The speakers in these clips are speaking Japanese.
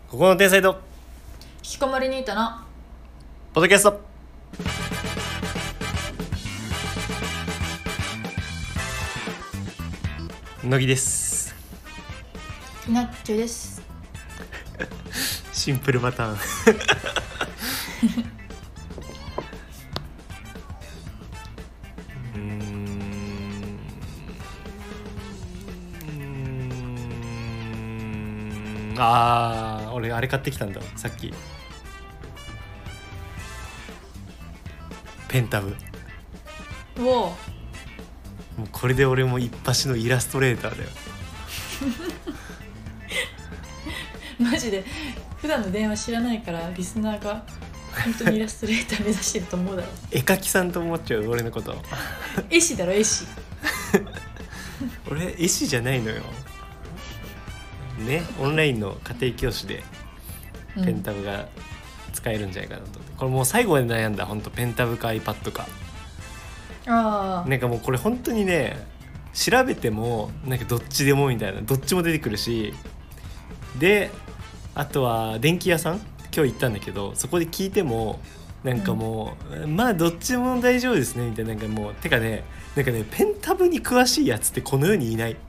ここの天才と引きこもりニートのポッドキャスト。乃木です。 ひなっちょです。 シンプルパターン俺あれ買ってきたんださっき。ペンタブ。 おお、 もうこれで俺も一発のイラストレーターだよマジで普段の電話知らないからリスナーが本当にイラストレーター目指してると思うだろう絵描きさんと思っちゃう俺のこと絵師だろ絵師俺絵師じゃないのよね。オンラインの家庭教師でペンタブが使えるんじゃないかなと、これもう最後まで悩んだ。本当ペンタブか iPad か。なんかもうこれ本当にね、調べてもなんかどっちでもみたいな、どっちも出てくるし、であとは電気屋さん今日行ったんだけど、そこで聞いてもなんかもう、まあどっちも大丈夫ですねみたいな。なんかもうてかね、なんかねペンタブに詳しいやつってこの世にいない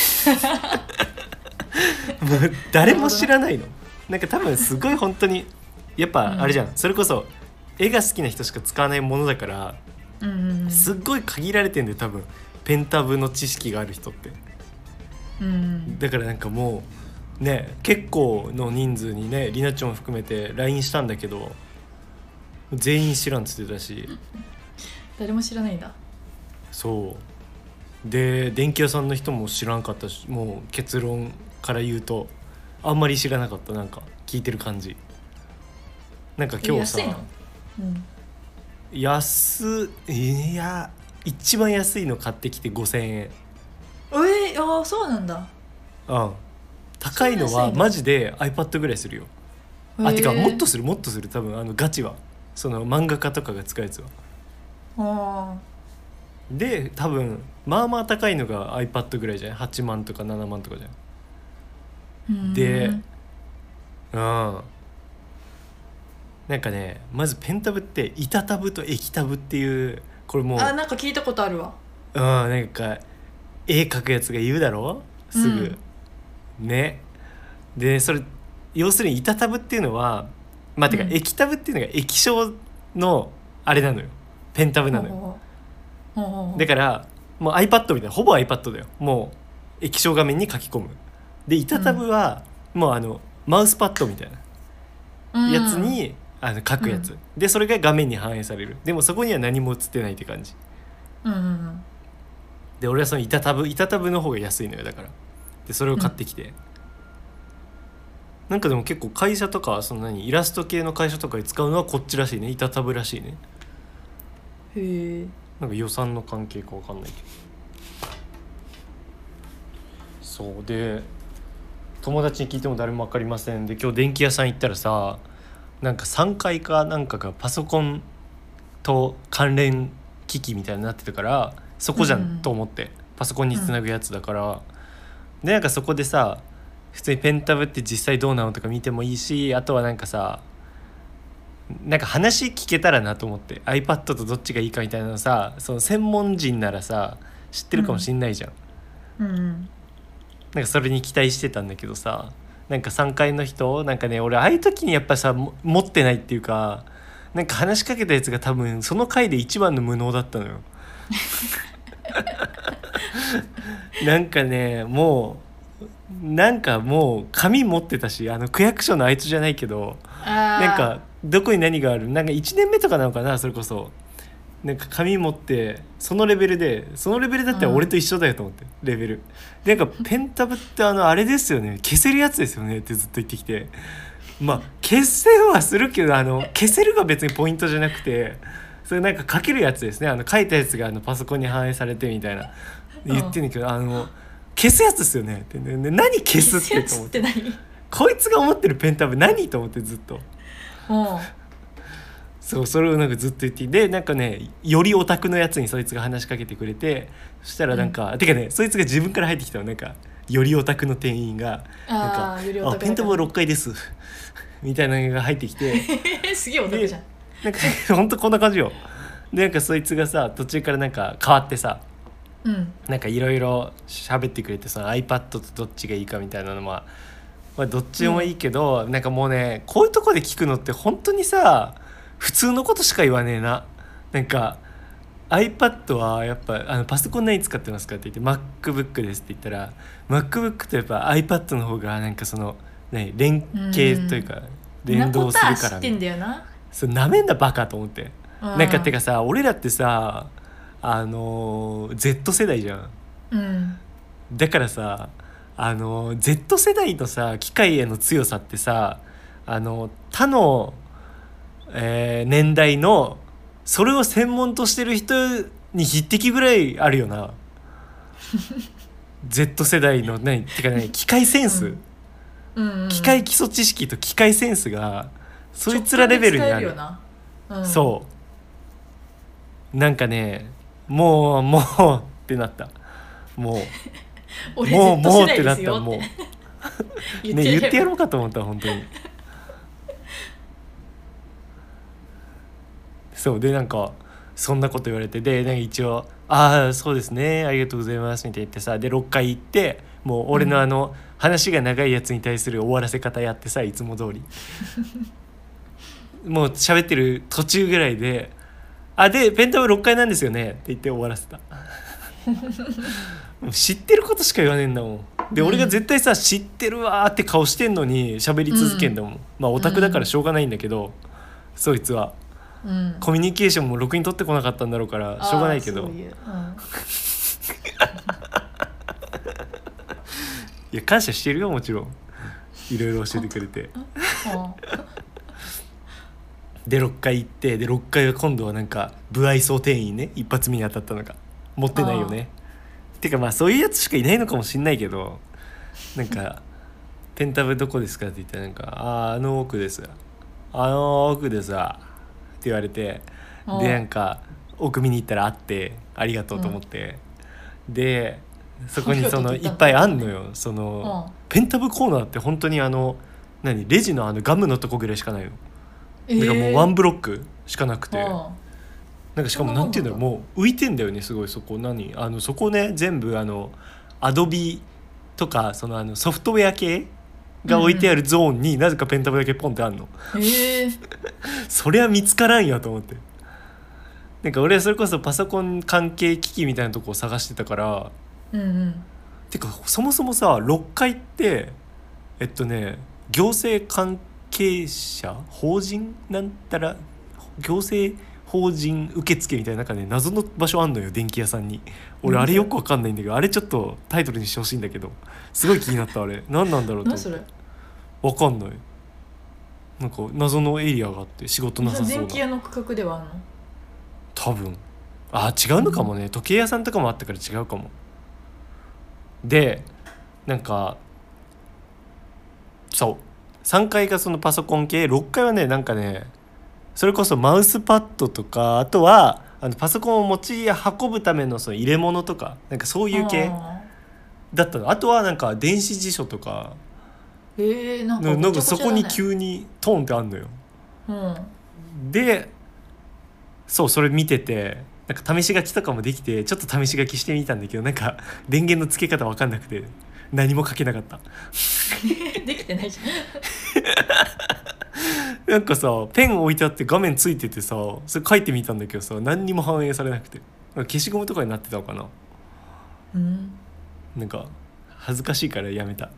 もう誰も知らないの。なんか多分すごい本当にやっぱあれじゃん、それこそ絵が好きな人しか使わないものだから、すっごい限られてんだよ多分ペンタブの知識がある人って、だからなんかもうね、結構の人数にね、りなちゃんも含めて LINE したんだけど全員知らんっつってたし誰も知らないんだ。 そうで、電気屋さんの人も知らんかったし、もう結論から言うとあんまり知らなかった。なんか聞いてる感じ。なんか今日さ、 安いの？ いや一番安いの買ってきて5000円。 そうなんだ。 高いのはマジで iPad ぐらいするよ。てかもっとする多分ガチはその漫画家とかが使うやつは。で多分まあまあ高いのが iPad ぐらいじゃない？ 8 万とか7万とかじゃん。でなんかね、まずペンタブって板タブと液タブっていう、これもうなんか聞いたことあるわ。 なんか絵描くやつが言うだろすぐ、ね。でそれ要するに板タブっていうのはてか液タブっていうのが液晶のあれなのよ、ペンタブなのよ。だからもう iPad みたいな、ほぼ iPad だよ。もう液晶画面に書き込む。で板タブはもうマウスパッドみたいなやつに書くやつ、でそれが画面に反映される。でもそこには何も映ってないって感じ、で俺はその板タブの方が安いのよ。だからでそれを買ってきて、なんかでも結構会社とかそのイラスト系の会社とかで使うのはこっちらしいね、板タブらしいね。 へえ。 なんか予算の関係か分かんないけど。そうで友達に聞いても誰も分かりませんで、今日電気屋さん行ったらさ、なんか3階かなんかがパソコンと関連機器みたいになってたから、そこじゃんと思って、パソコンにつなぐやつだから、でなんかそこでさ、普通にペンタブって実際どうなのとか見てもいいし、あとはなんかさ、なんか話聞けたらなと思って、 iPad とどっちがいいかみたいなのさ、その専門人ならさ知ってるかもしんないじゃん、なんかそれに期待してたんだけどさ、なんか3階の人なんかね、俺ああいう時にやっぱさ持ってないっていうか、なんか話しかけたやつが多分その階で一番の無能だったのよなんかね、もう紙持ってたし、区役所のあいつじゃないけど、なんかどこに何がある、なんか1年目とかなのかな、それこそなんか紙持ってそのレベルだったら俺と一緒だよと思って、レベルで、なんかペンタブってあれですよね、消せるやつですよねってずっと言ってきて、消せはするけど消せるが別にポイントじゃなくて、それなんか書けるやつですね、書いたやつがパソコンに反映されてみたいな言ってんだけど、消すやつですよねって、何消すってと思って、こいつが思ってるペンタブ何と思ってずっと。そう、それをなんかずっと言って、でなんかね、よりオタクのやつにそいつが話しかけてくれて、そしたらなんか、てかね、そいつが自分から入ってきたの。なんかよりオタクの店員がなんかよりオタクだからペンタブ6階ですみたいなのが入ってきてすげえオタクじゃん。 なんかほんとこんな感じよ。でなんかそいつがさ途中からなんか変わってさうんなんかいろいろ喋ってくれてその iPad とどっちがいいかみたいなのは、まあ、どっちでもいいけど、なんかもうねこういうとこで聞くのって本当にさ普通のことしか言わねえな。なんか iPad はやっぱパソコン何使ってますかって言って MacBook ですって言ったら MacBook とやっぱ iPad の方がなんかその、ね、連携というか連動するからなことは知ってんだよな。 それなめんなバカと思って。 うんなんかてかさ俺らってさZ 世代じゃん。 うんだからさZ 世代のさ機械への強さってさ他の、年代のそれを専門としてる人に匹敵ぐらいあるよなZ 世代の何てかね機械センス、 うん機械基礎知識と機械センスがそいつらレベルにある。そうなんかねもうってなったもう俺もう Z もう世ってなった代ですよもうってね言ってやろう。 うかと思った本当にそうでなんかそんなこと言われてでなんか一応「ああそうですねありがとうございます」みたいな言ってさで6回行ってもう俺の話が長いやつに対する終わらせ方やってさいつも通りもう喋ってる途中ぐらいで「あでペンタブ6回なんですよね」って言って終わらせたもう知ってることしか言わねえんだもんで、俺が絶対さ知ってるわーって顔してんのに喋り続けんだもん、まあオタクだからしょうがないんだけど、そいつはうんコミュニケーションもろくに取ってこなかったんだろうからしょうがないけど、 そういういや感謝してるよもちろんいろいろ教えてくれてで6回行ってで6回は今度はなんか不愛想店員ね一発目に当たったのが持ってないよねてかまあそういうやつしかいないのかもしんないけどなんか「ペンタブどこですか?」って言ったらなんか「あの奥です奥でさ」って言われてでなんか奥見に行ったらあってありがとうと思って、でそこにそのいっぱいあんのよそのペンタブコーナーって本当に何レジのガムのとこぐらいしかないの。だからもうワンブロックしかなくて、なんかしかもなんていうんだろうもう浮いてんだよねすごいそこそこね全部アドビとかソフトウェア系が置いてあるゾーンになぜかペンタブだけポンってあんの、そりゃ見つからんよと思って。なんか俺はそれこそパソコン関係機器みたいなとこを探してたから、てかそもそもさ6階って行政関係者法人なんたら行政法人受付みたいななんかね謎の場所あんのよ電気屋さんに。俺あれよくわかんないんだけどあれちょっとタイトルにしてほしいんだけどすごい気になったあれ何なんだろうと思って。 何それわかんないなんか謎のエリアがあって仕事なさそうな電気屋の区画ではあるの多分違うのかもね、時計屋さんとかもあったから違うかも。でなんかそう3階がそのパソコン系6階はねなんかねそれこそマウスパッドとかあとはパソコンを持ち運ぶためのその入れ物とかなんかそういう系だったの。あとはなんか電子辞書とかなんかそこに急にトーンってあんのよ、でそうそれ見ててなんか試し書きとかもできてちょっと試し書きしてみたんだけどなんか電源の付け方分かんなくて何も書けなかったできてないじゃんなんかさペン置いてあって画面ついててさそれ書いてみたんだけどさ何にも反映されなくてなんか消しゴムとかになってたのかな、なんか恥ずかしいからやめた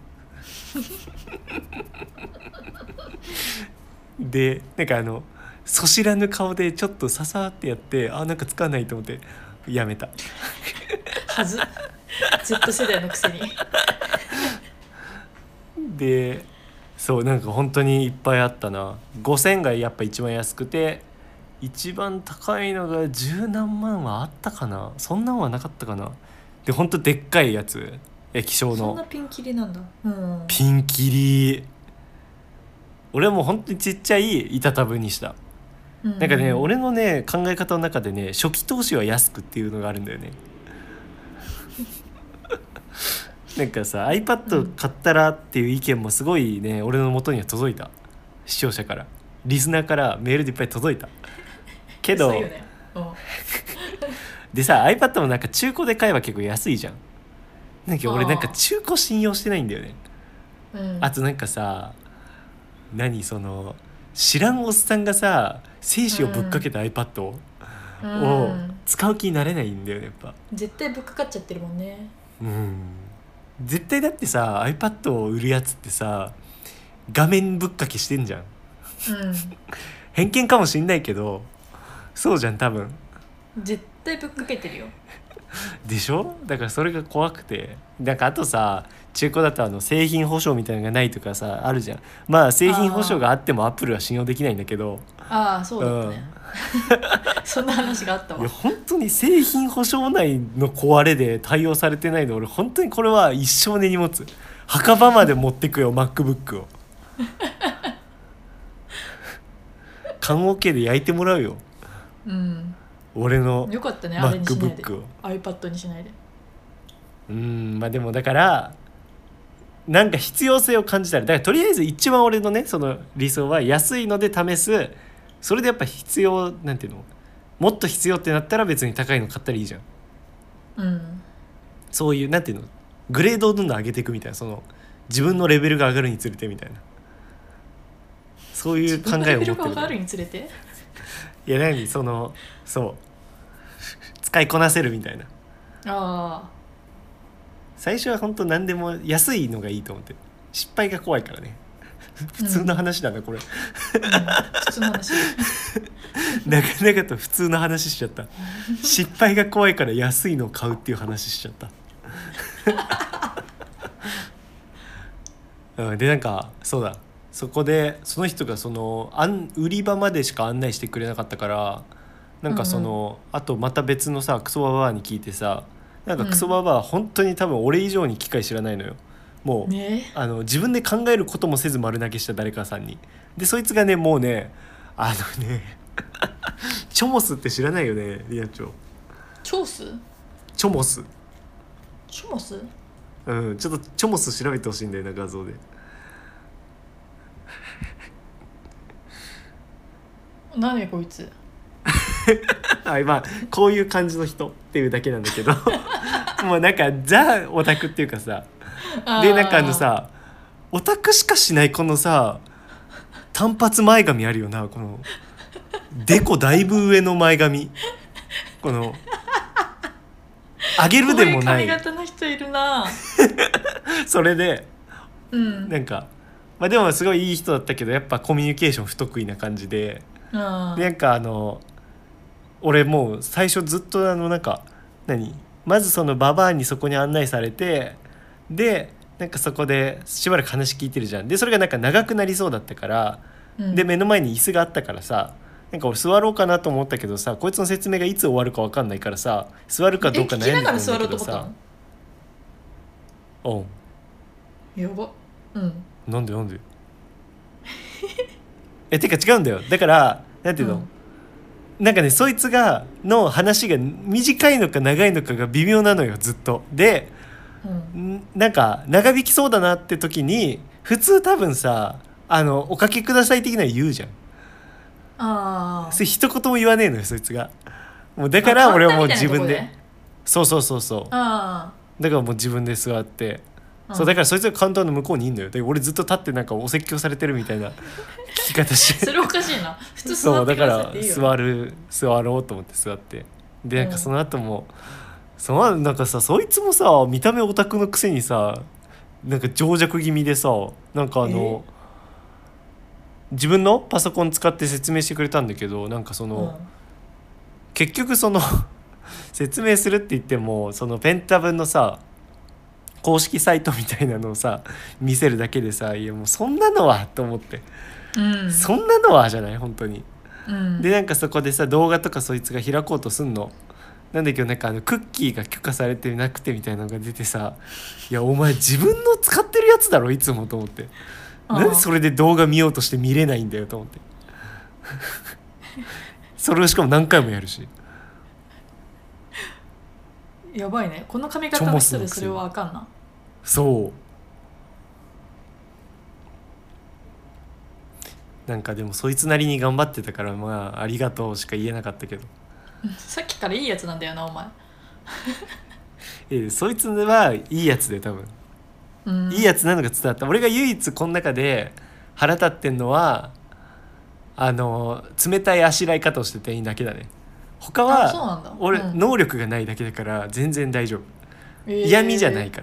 でなんかそしらぬ顔でちょっとささってやってなんかつかないと思ってやめたはず Z 世代のくせにでそうなんか本当にいっぱいあったな。5000がやっぱ一番安くて一番高いのが十何万はあったかなそんなんはなかったかな。で本当でっかいやつ液晶のそんなピンキリなんだ、 ピンキリ俺はもう本当にちっちゃい板タブにした、なんかね俺のね考え方の中でね初期投資は安くっていうのがあるんだよねなんかさ iPad 買ったらっていう意見もすごいね、俺の元には届いた。視聴者からリスナーからメールでいっぱい届いたけど、 そうよね。 でさ iPad もなんか中古で買えば結構安いじゃん。なんか俺なんか中古信用してないんだよね。あとなんかさ、何その知らんおっさんがさ精子をぶっかけた iPad を使う気になれないんだよねやっぱ。 絶対ぶっかかっちゃってるもんね。 絶対だってさ iPad を売るやつってさ画面ぶっかけしてんじゃん。偏見かもしんないけどそうじゃん多分。 絶対ぶっかけてるよ。 でしょ。だからそれが怖くて、なんかあとさ中古だと製品保証みたいなのがないとかさあるじゃん。まあ製品保証があってもアップルは信用できないんだけど。 ああそうだったね、そんな話があったわ。 いや本当に製品保証内の壊れで対応されてないの俺本当にこれは一生根に持つ。墓場まで持ってくよMacBook を缶オケで焼いてもらうよ。俺のよかったね、あれにしないで MacBook を iPad にしないで。 まあでもだからなんか必要性を感じたら、だからとりあえず一番俺のねその理想は安いので試す。それでやっぱ必要なんていうの、もっと必要ってなったら別に高いの買ったらいいじゃん。そういうなんていうのグレードをどんどん上げていくみたいな、その自分のレベルが上がるにつれてみたいな、そういう考えを持ってる。 レベルが上がるにつれていや何そのそう使いこなせるみたいな。最初は本当何でも安いのがいいと思って。失敗が怖いからね普通の話だなこれ、 普通の話なかなかと普通の話しちゃった。失敗が怖いから安いのを買うっていう話しちゃったでなんかそうだ、そこでその人がその売り場までしか案内してくれなかったから、なんかその、あとまた別のさクソババアに聞いてさ、なんかクソババアは本当に多分俺以上に機械知らないのよ。もう、 ね、 自分で考えることもせず丸投げした誰かさんに。でそいつがねもうねチョモスって知らないよねリアチョ。 チョースチョモスチョモス、 ちょっとチョモス調べてほしいんだよな画像で何こいつまあこういう感じの人っていうだけなんだけどもうなんかザオタクっていうかさ、でなんかさオタクしかしないこのさ単発前髪あるよな、このデコだいぶ上の前髪、この上げるでもないこういう髪型の人いるなそれで、なんかまあでもすごいいい人だったけどやっぱコミュニケーション不得意な感じで、なんか俺もう最初ずっとなんかまずそのババアにそこに案内されて、でなんかそこでしばらく話聞いてるじゃん。でそれがなんか長くなりそうだったから、で目の前に椅子があったからさ、なんか俺座ろうかなと思ったけどさ、こいつの説明がいつ終わるか分かんないからさ座るかどうか悩んでたんだけどさ。 やば。 なんでてか違うんだよ。だからなんていうの、なんかねそいつがの話が短いのか長いのかが微妙なのよずっと。で、なんか長引きそうだなって時に普通多分さおかけください的なの言うじゃん。それ一言も言わねえのよそいつが。もうだから俺はもう自分で、そうだからもう自分で座って、そうだからそいつがカウンターの向こうにいんのよ。で俺ずっと立ってなんかお説教されてるみたいな聞き方してそれおかしいな、普通そうだか座ってくださいっていいよ。 座ろうと思って座って、でなんかその後も、なんかさそいつもさ見た目オタクのくせにさなんか情弱気味でさ、なんか自分のパソコン使って説明してくれたんだけど、なんかその、結局その説明するって言ってもそのペンタブのさ公式サイトみたいなのをさ見せるだけでさ、いやもうそんなのはと思って、そんなのはじゃない本当に。でなんかそこでさ動画とかそいつが開こうとすんのなんだけど、なんかクッキーが許可されてなくてみたいなのが出てさ、いやお前自分の使ってるやつだろいつもと思って、なんでそれで動画見ようとして見れないんだよと思ってそれをしかも何回もやるし。 やばいね、この髪型の人でそれはあかんな。 そうなんかでもそいつなりに頑張ってたからまあありがとうしか言えなかったけどさっきからいいやつなんだよなお前。 そいつはいいやつで多分、いいやつなのが伝わった。俺が唯一この中で腹立ってんのは冷たいあしらい方をして店員だけだね。他は俺、能力がないだけだから全然大丈夫、嫌味じゃないから。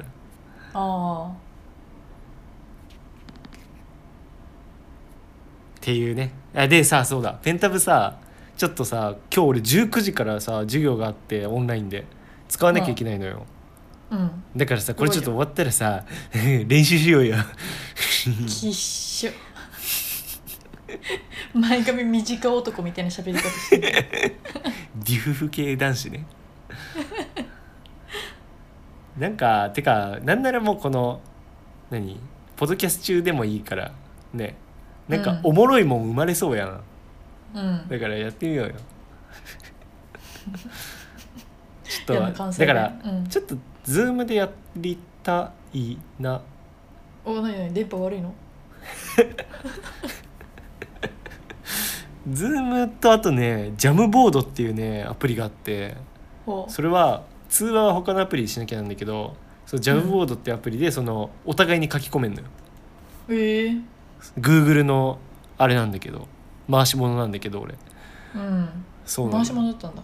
っていうね。でさ、そうだ、ペンタブさちょっとさ今日俺19時からさ授業があってオンラインで使わなきゃいけないのよ、だからさこれちょっと終わったらさ練習しようよきっしょ前髪短い男みたいな喋り方してるデュフフ系男子ねなんかてかなんならもうこのポッドキャスト中でもいいからね、なんかおもろいもん生まれそうやな、だからやってみようよちょっとだから、ちょっとズームでやりたいな。 何電波悪いのズームとあとねジャムボードっていうねアプリがあって、それは通話は他のアプリでしなきゃなんだけど、そのジャムボードってアプリでそのお互いに書き込めんのよ。Google のあれなんだけど回し物なんだけど俺、 そうなんだ。回し物だったんだ。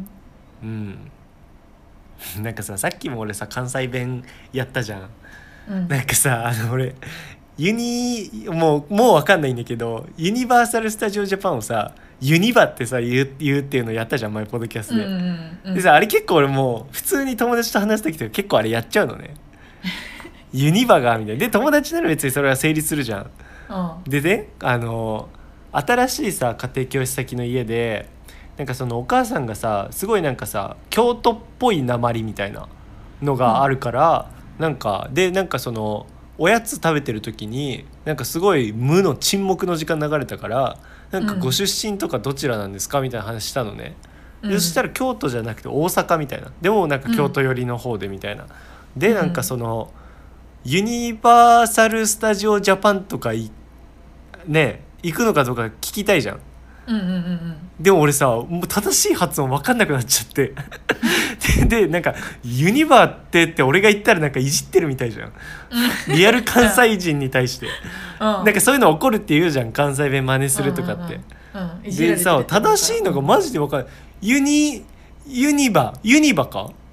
なんかさっきも俺さ関西弁やったじゃん、なんかさ俺もう分かんないんだけどユニバーサル・スタジオ・ジャパンをさユニバってさ言うっていうのやったじゃん前ポッドキャストで、でさあれ結構俺もう普通に友達と話す時とか結構あれやっちゃうのねユニバがみたいなで友達なら別にそれは成立するじゃん、でね新しいさ家庭教師先の家でなんかそのお母さんがさすごいなんかさ京都っぽい訛りみたいなのがあるから、なんかそのおやつ食べてる時になんかすごい無の沈黙の時間流れたから、なんかご出身とかどちらなんですかみたいな話したのね、そしたら京都じゃなくて大阪みたいな、でもなんか京都寄りの方でみたいな、でなんかそのユニバーサル・スタジオ・ジャパンとかね行くのかどうか聞きたいじゃん。でも俺さもう正しい発音分かんなくなっちゃってでなんかユニバって俺が言ったらなんかいじってるみたいじゃんリアル関西人に対してなんかそういうの怒るって言うじゃん、関西弁真似するとかって、でさ正しいのがマジで分かんない。ユニバかユニバ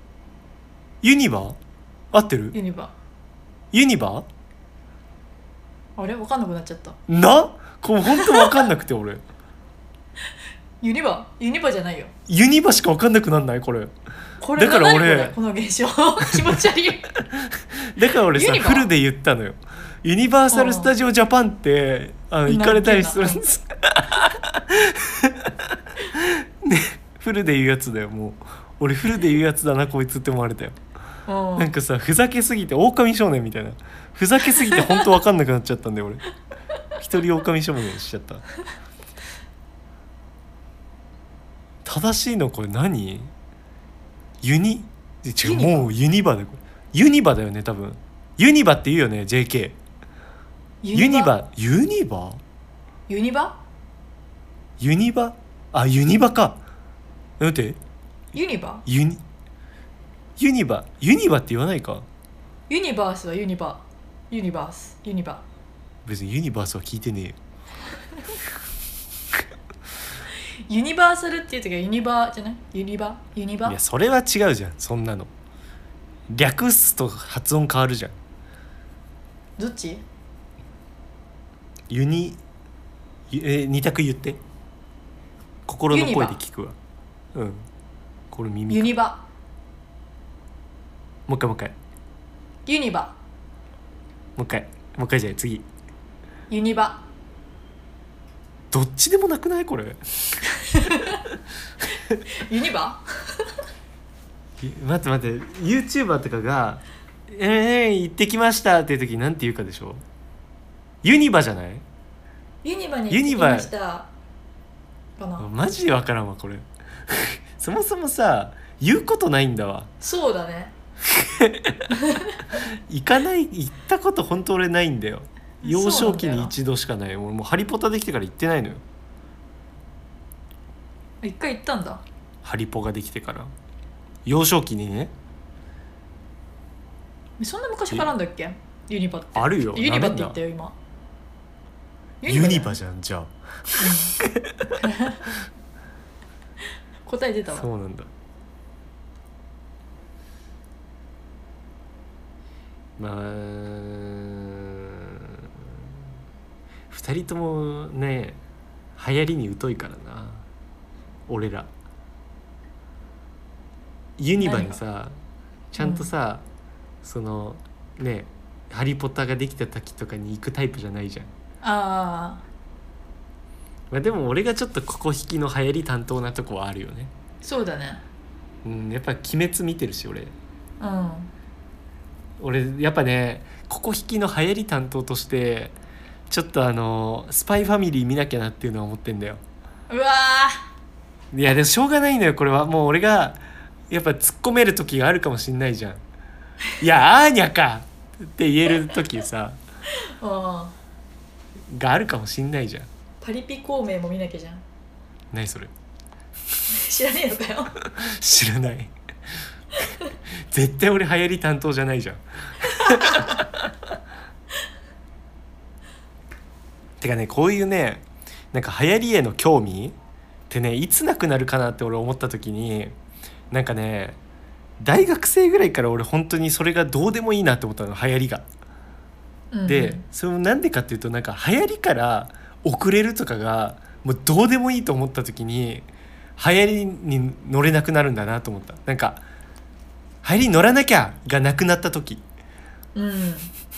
合ってる？ユニバあれ分かんなくなっちゃったこれ本当分かんなくて俺ユニバじゃないよ。 ユニバしか分かんなくなんないこれだから俺この現象気持ち悪いだから俺さフルで言ったのよ。ユニバーサル・スタジオ・ジャパンって行かれたりするんですね、フルで言うやつだよ。もう俺フルで言うやつだなこいつって思われたよ。なんかさふざけすぎて狼少年みたいな、ふざけすぎて本当分かんなくなっちゃったんだよ俺一人狼少年しちゃった。正しいのこれ何？もうユニバだよこれ。ユニバだよね多分。ユニバって言うよね JK。 ユニバユニバか。待ってユニバって言わないか。 ユニバースはユニバ別にユニバースは聞いてねえよユニバーサルっていう時はユニバじゃない？ユニバいやそれは違うじゃん。そんなの略すと発音変わるじゃん。 どっち？ 2択言って。心の声で聞くわ。これ耳か。 ユニバ。 もう一回ユニバ。 もう一回じゃあ次。 ユニバ。 どっちでもなくないこれユニバ待って YouTuber とかが行ってきましたっていう時なんて言うかでしょ。ユニバじゃない？ ユニバに行ってきましたかな。 マジで分からんわこれそもそもさ言うことないんだわ。 そうだね。 行かない、行ったこと本当俺ないんだよ。幼少期そうなんだよに一度しかない。俺もうハリポタできてから行ってないのよ。 一回行ったんだ。 ハリポができてから幼少期にね。 そんな昔からなんだっけユニバって。 あるよ。 ユニバって言ったよ今。 ユニバじじゃんじゃあ。 ゃん。答え出たわ。 そうなんだ。まあ2人ともね流行りに疎いからな俺ら。ユニバにさちゃんとさ、そのねハリポタができた時とかに行くタイプじゃないじゃん。 あまあ、でも俺がちょっとここ引きの流行り担当なとこはあるよね。 あ、そうだね。 やっぱ鬼滅見てるし俺。 うん俺やっぱねここ引きの流行り担当としてちょっとスパイファミリー見なきゃなっていうのは思ってんだよ。 うわいやでもしょうがないのよこれは。もう俺がやっぱ突っ込める時があるかもしんないじゃん。いやアーニャかって言える時さーがあるかもしんないじゃん。 パリピ孔明も見なきゃじゃん。 何それ。 知らねえのかよ。 知らない絶対俺流行り担当じゃないじゃんてかねこういうねなんか流行りへの興味ってねいつなくなるかなって俺思った時になんかね大学生ぐらいから俺本当にそれがどうでもいいなって思ったの流行りが。でそれもなんでかっていうとなんか流行りから遅れるとかがもうどうでもいいと思った時に流行りに乗れなくなるんだなと思った。なんか流行りに乗らなきゃがなくなった時うん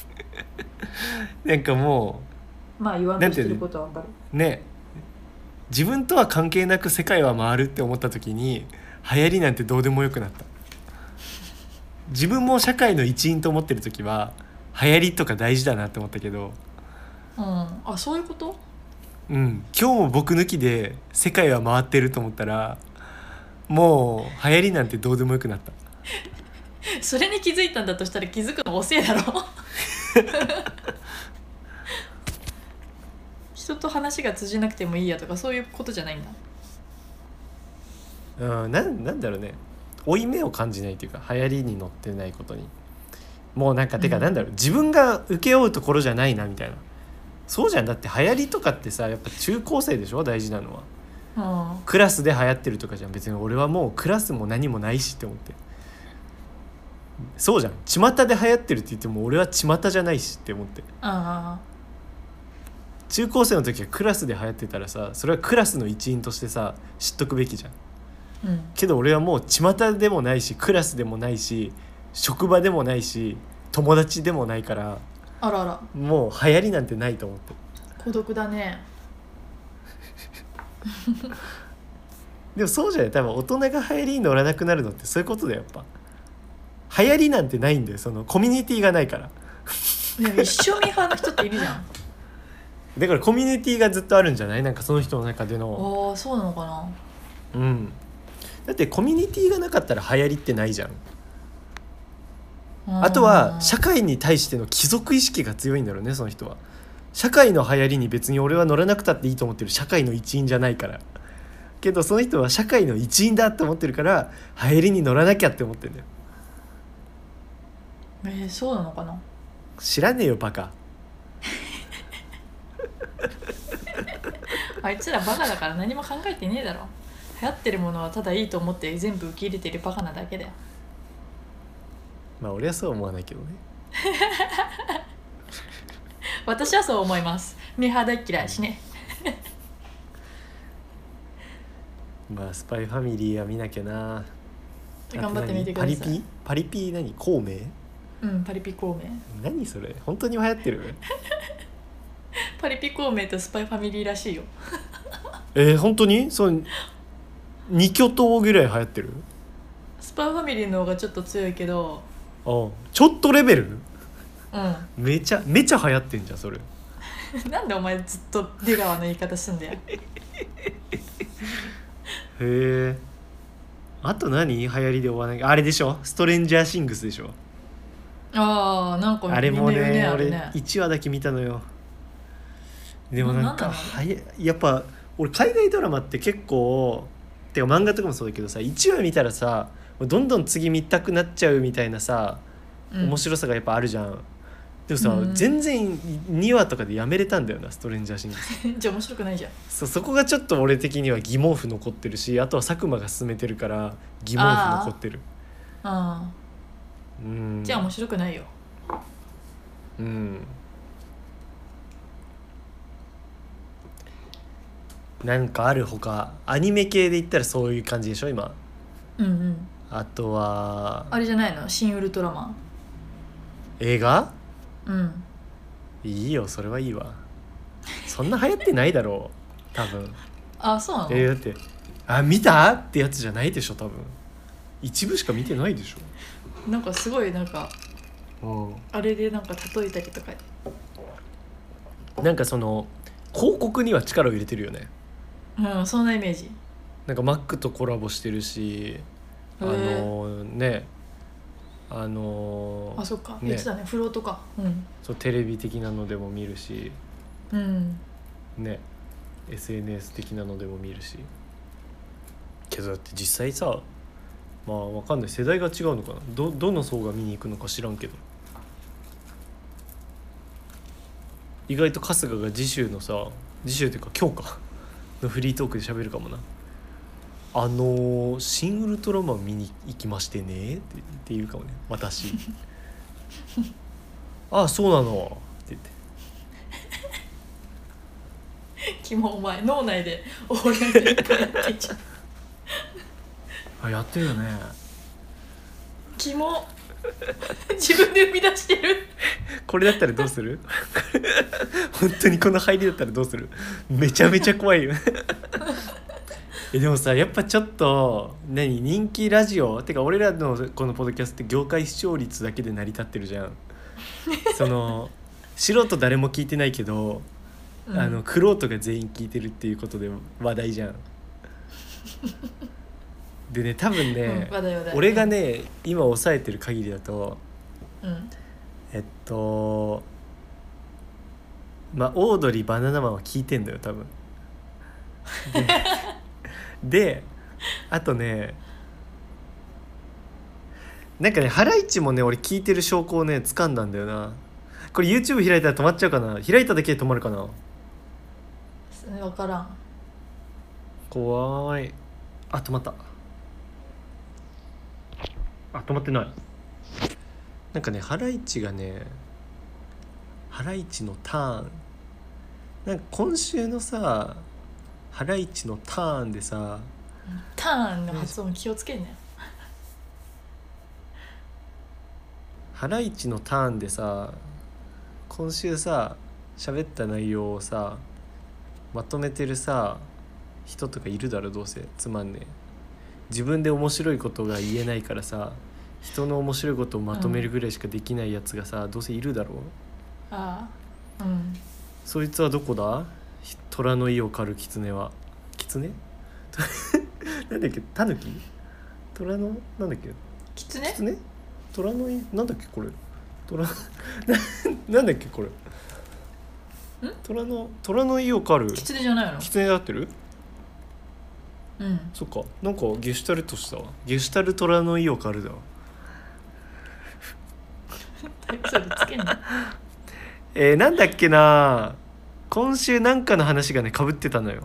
なんかもまあ言わんとしてることは分かる。 うね自分とは関係なく世界は回るって思った時に流行りなんてどうでもよくなった。自分も社会の一員と思ってる時は流行りとか大事だなって思ったけど、 あそういうこと。 今日も僕抜きで世界は回ってると思ったらもう流行りなんてどうでもよくなった。 それに気づいたんだとしたら気づくの遅えだろ人と話が通じなくてもいいやとかそういうことじゃないんだ。 なんだろうね負い目を感じないというか流行りに乗ってないことにもうなんかてかなんだろう、自分が請け負うところじゃないなみたいな。そうじゃん。だって流行りとかってさやっぱ中高生でしょ大事なのは。クラスで流行ってるとかじゃん。別に俺はもうクラスも何もないしって思って。そうじゃん。巷で流行ってるって言っても俺は巷じゃないしって思って。中高生の時はクラスで流行ってたらさそれはクラスの一員としてさ知っとくべきじゃん。けど俺はもう巷でもないしクラスでもないし職場でもないし友達でもないからあらあらもう流行りなんてないと思って。 孤独だね。 でもそうじゃない。多分大人が流行りに乗らなくなるのってそういうことだよ。やっぱ流行りなんてないんだよ。そのコミュニティがないから。 でも一生見派の人っているじゃん。 だからコミュニティがずっとあるんじゃない。なんかその人の中での。 ああそうなのかな。 だってコミュニティがなかったら流行りってないじゃん。あとは社会に対しての帰属意識が強いんだろうねその人は。社会の流行りに別に俺は乗らなくたっていいと思ってる社会の一員じゃないから。けどその人は社会の一員だって思ってるから流行りに乗らなきゃって思ってんだよ。 そうなのかな。 知らねえよバカ。 あいつらバカだから何も考えてねえだろ。流行ってるものはただいいと思って全部受け入れてるバカなだけだよ。 まあ俺はそう思わないけどね。 私はそう思います。ミーハー大嫌いしね。 まあスパイファミリーは見なきゃな。 頑張ってみてください。 パリピ何孔明。 パリピ孔明。 何それ本当に流行ってる。 パリピ孔明とスパイファミリーらしいよ。 本当にそう2巨頭ぐらい流行ってる。 スパイファミリーの方がちょっと強いけどちょっとレベル。めちゃ流行ってんじゃんそれ。 なんでお前ずっと出川の言い方すんだよ。 へえ。 あと何流行りで追わないあれでしょ、ストレンジャーシングスでしょ。 ああなんかあれもみんな言うね俺あれね 1話だけ見たのよ。でもなんかなんなのやっぱ俺海外ドラマって結構てか漫画とかもそうだけどさ、1話見たらさどんどん次見たくなっちゃうみたいなさ、 うん面白さがやっぱあるじゃん。でもさ、 うん全然2話とかでやめれたんだよなストレンジャーシングス。 じゃあ面白くないじゃん。 そこがちょっと俺的には疑問符残ってるし、あとは佐久間が進めてるから疑問符残ってる。 あうんあじゃあ面白くないよ。 うんなんかあるほかアニメ系で言ったらそういう感じでしょ今。 うんうんあとはあれじゃないの新ウルトラマ映画ン。うんいいよそれはいいわ。そんな流行ってないだろう多分。 あそうなの、 だって見たってやつじゃないでしょ多分。一部しか見てないでしなんかすごいなんかょ。 あれでなんか例えたりとか。 なんかその広告には力を入れてるよね。 うんそんなイメージ。 なんかマックとコラボしてるしねあそっか、 ね言ってたねフロートか。 そうテレビ的なのでも見るしうんね SNS 的なのでも見るしけどだって実際さまあわかんない世代が違うのかなどの層が見に行くのか知らんけど意外と春日が次週っていうか今日かのフリートークで喋るかもな。シン・ウルトラマン見に行きましてねって言うかもね私あそうなのって言ってキモお前脳内でオールナイトニッポンやってんじゃん。 やってるよね。 キモ自分で生み出してる。 これだったらどうする本当にこの入りだったらどうする。めちゃめちゃ怖いよでもさやっぱちょっと人気ラジオてか俺らのこのポッドキャストって業界視聴率だけで成り立ってるじゃんその素人誰も聞いてないけど、玄人が全員聞いてるっていうことで話題じゃんでね多分ね、 話題俺がね今抑えてる限りだとうんまあオードリーバナナマンは聞いてんだよ多分であとねなんかねハライチもね俺聞いてる証拠をね掴んだんだよな。これ YouTube 開いたら止まっちゃうかな。開いただけで止まるかな。 分からん。 怖い。止まった。止まってない。なんかねハライチがねハライチのターンなんか今週のさハライチのターンでさターンの発音気をつけんなよ。 ハライチのターンでさ今週さ喋った内容をさまとめてるさ人とかいるだろどうせ。つまんねえ自分で面白いことが言えないからさ人の面白いことをまとめるぐらいしかできないやつがさ、どうせいるだろう。 ああうんそいつはどこだ。虎の意を狩る狐は狐なんだっけタヌキ虎のなんだっけキツネ狐虎の意なんだっけこれ虎なんだっけこれ虎の意を狩るキツネじゃないの。 狐で合ってる。 うんそっかなんかゲシュタルトしたわ。ゲシュタル虎の意を狩るだわ。 それつけんの。 なんだっけな今週なんかの話がね被ってたのよ。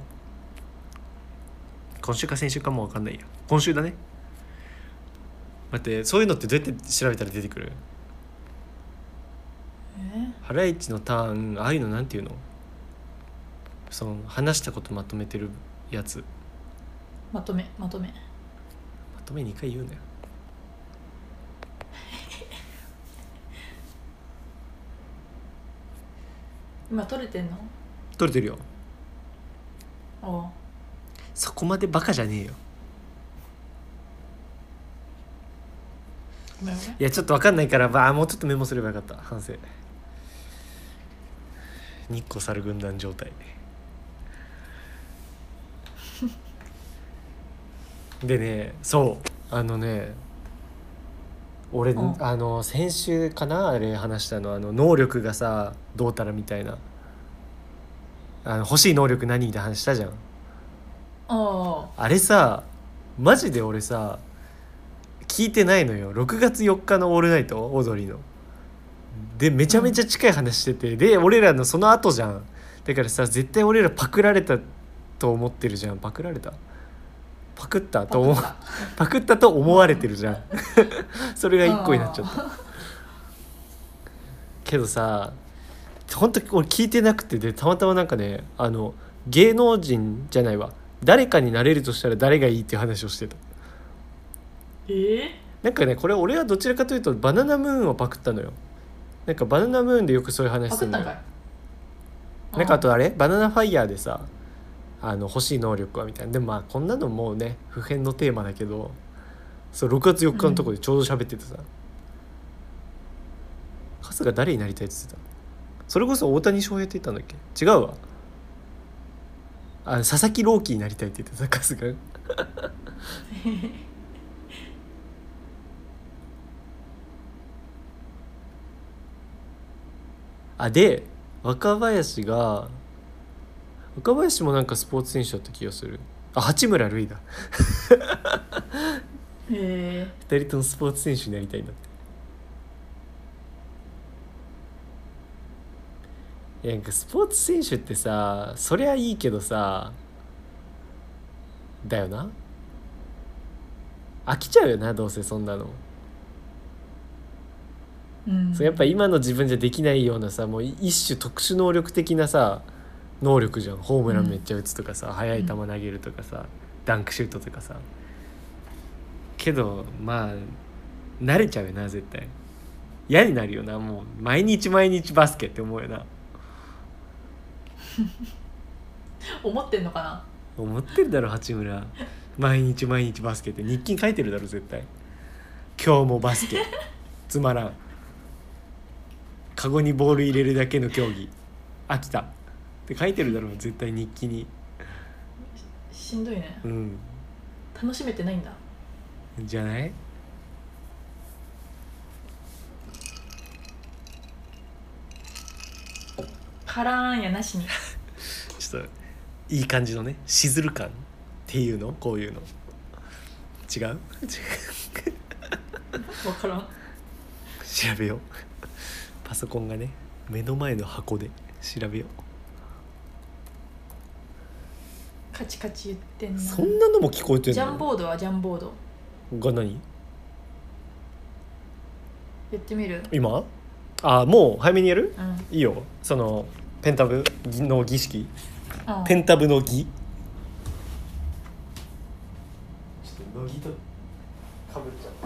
今週か先週かも分かんないや今週だね。待ってそういうのってどうやって調べたら出てくる。ハライチのターンああいうのなんていうの。その話したことまとめてるやつまとめまとめ2回言うなよ。 今撮れてんの。 取れてるよ。 おうそこまでバカじゃねえよ。 ごめんごめん。 いやちょっと分かんないからもうちょっとメモすればよかった。反省。日光猿軍団状態でね、そう俺、 うん先週かなあれ話したの、能力がさどうたらみたいな、欲しい能力何みたいな話したじゃん。 ああれさマジで俺さ聞いてないのよ。6月4日の「オールナイト」踊りのでめちゃめちゃ近い話してて、で俺らのその後じゃん。だからさ絶対俺らパクられたと思ってるじゃん。パクられたパクったと思うパクったと思われてるじゃんそれが1個になっちゃったけどさ本当に俺聞いてなくて、でたまたまなんかね芸能人じゃないわ、誰かになれるとしたら誰がいいっていう話をしてた。なんかねこれ俺はどちらかというとバナナムーンをパクったのよ。なんかバナナムーンでよくそういう話するのよ。なんかあとあれバナナファイヤーでさ欲しい能力はみたいな。でもまあこんなのもうね普遍のテーマだけど、そう6月4日のとこでちょうど喋っててさ、春日誰になりたいって言ってた。それこそ大谷翔平って言ったんだっけ。違うわ、佐々木朗希になりたいって言ってた春日で若林もなんかスポーツ選手だった気がする。八村塁だ2人ともスポーツ選手になりたいんだって。なんかスポーツ選手ってさそりゃいいけどさだよな、飽きちゃうよなどうせそんなの。そうやっぱ今の自分じゃできないようなさ、もう一種特殊能力的なさ能力じゃん。ホームランめっちゃ打つとかさ、速い球投げるとかさ、ダンクシュートとかさ。けどまあ慣れちゃうよな絶対。嫌になるよな、もう毎日毎日バスケって思うよな思ってんのかな。 思ってるだろ八村。毎日毎日バスケって日記に書いてるだろ絶対。今日もバスケつまらん、カゴにボール入れるだけの競技飽きたって書いてるだろう絶対日記に。 しんどいね。 楽しめてないんだじゃない。 からんやなしにちょっといい感じのねしずる感っていうの、こういうの違う分からん。 調べようパソコンがね目の前の箱で調べよう。 カチカチ言ってんな。 そんなのも聞こえてんの。 ジャンボードはジャンボードが何やってみる。 今もう早めにやる、いいよ。そのペンタブの儀式、ペンタブの儀、ちょっと乃木とかぶっちゃった。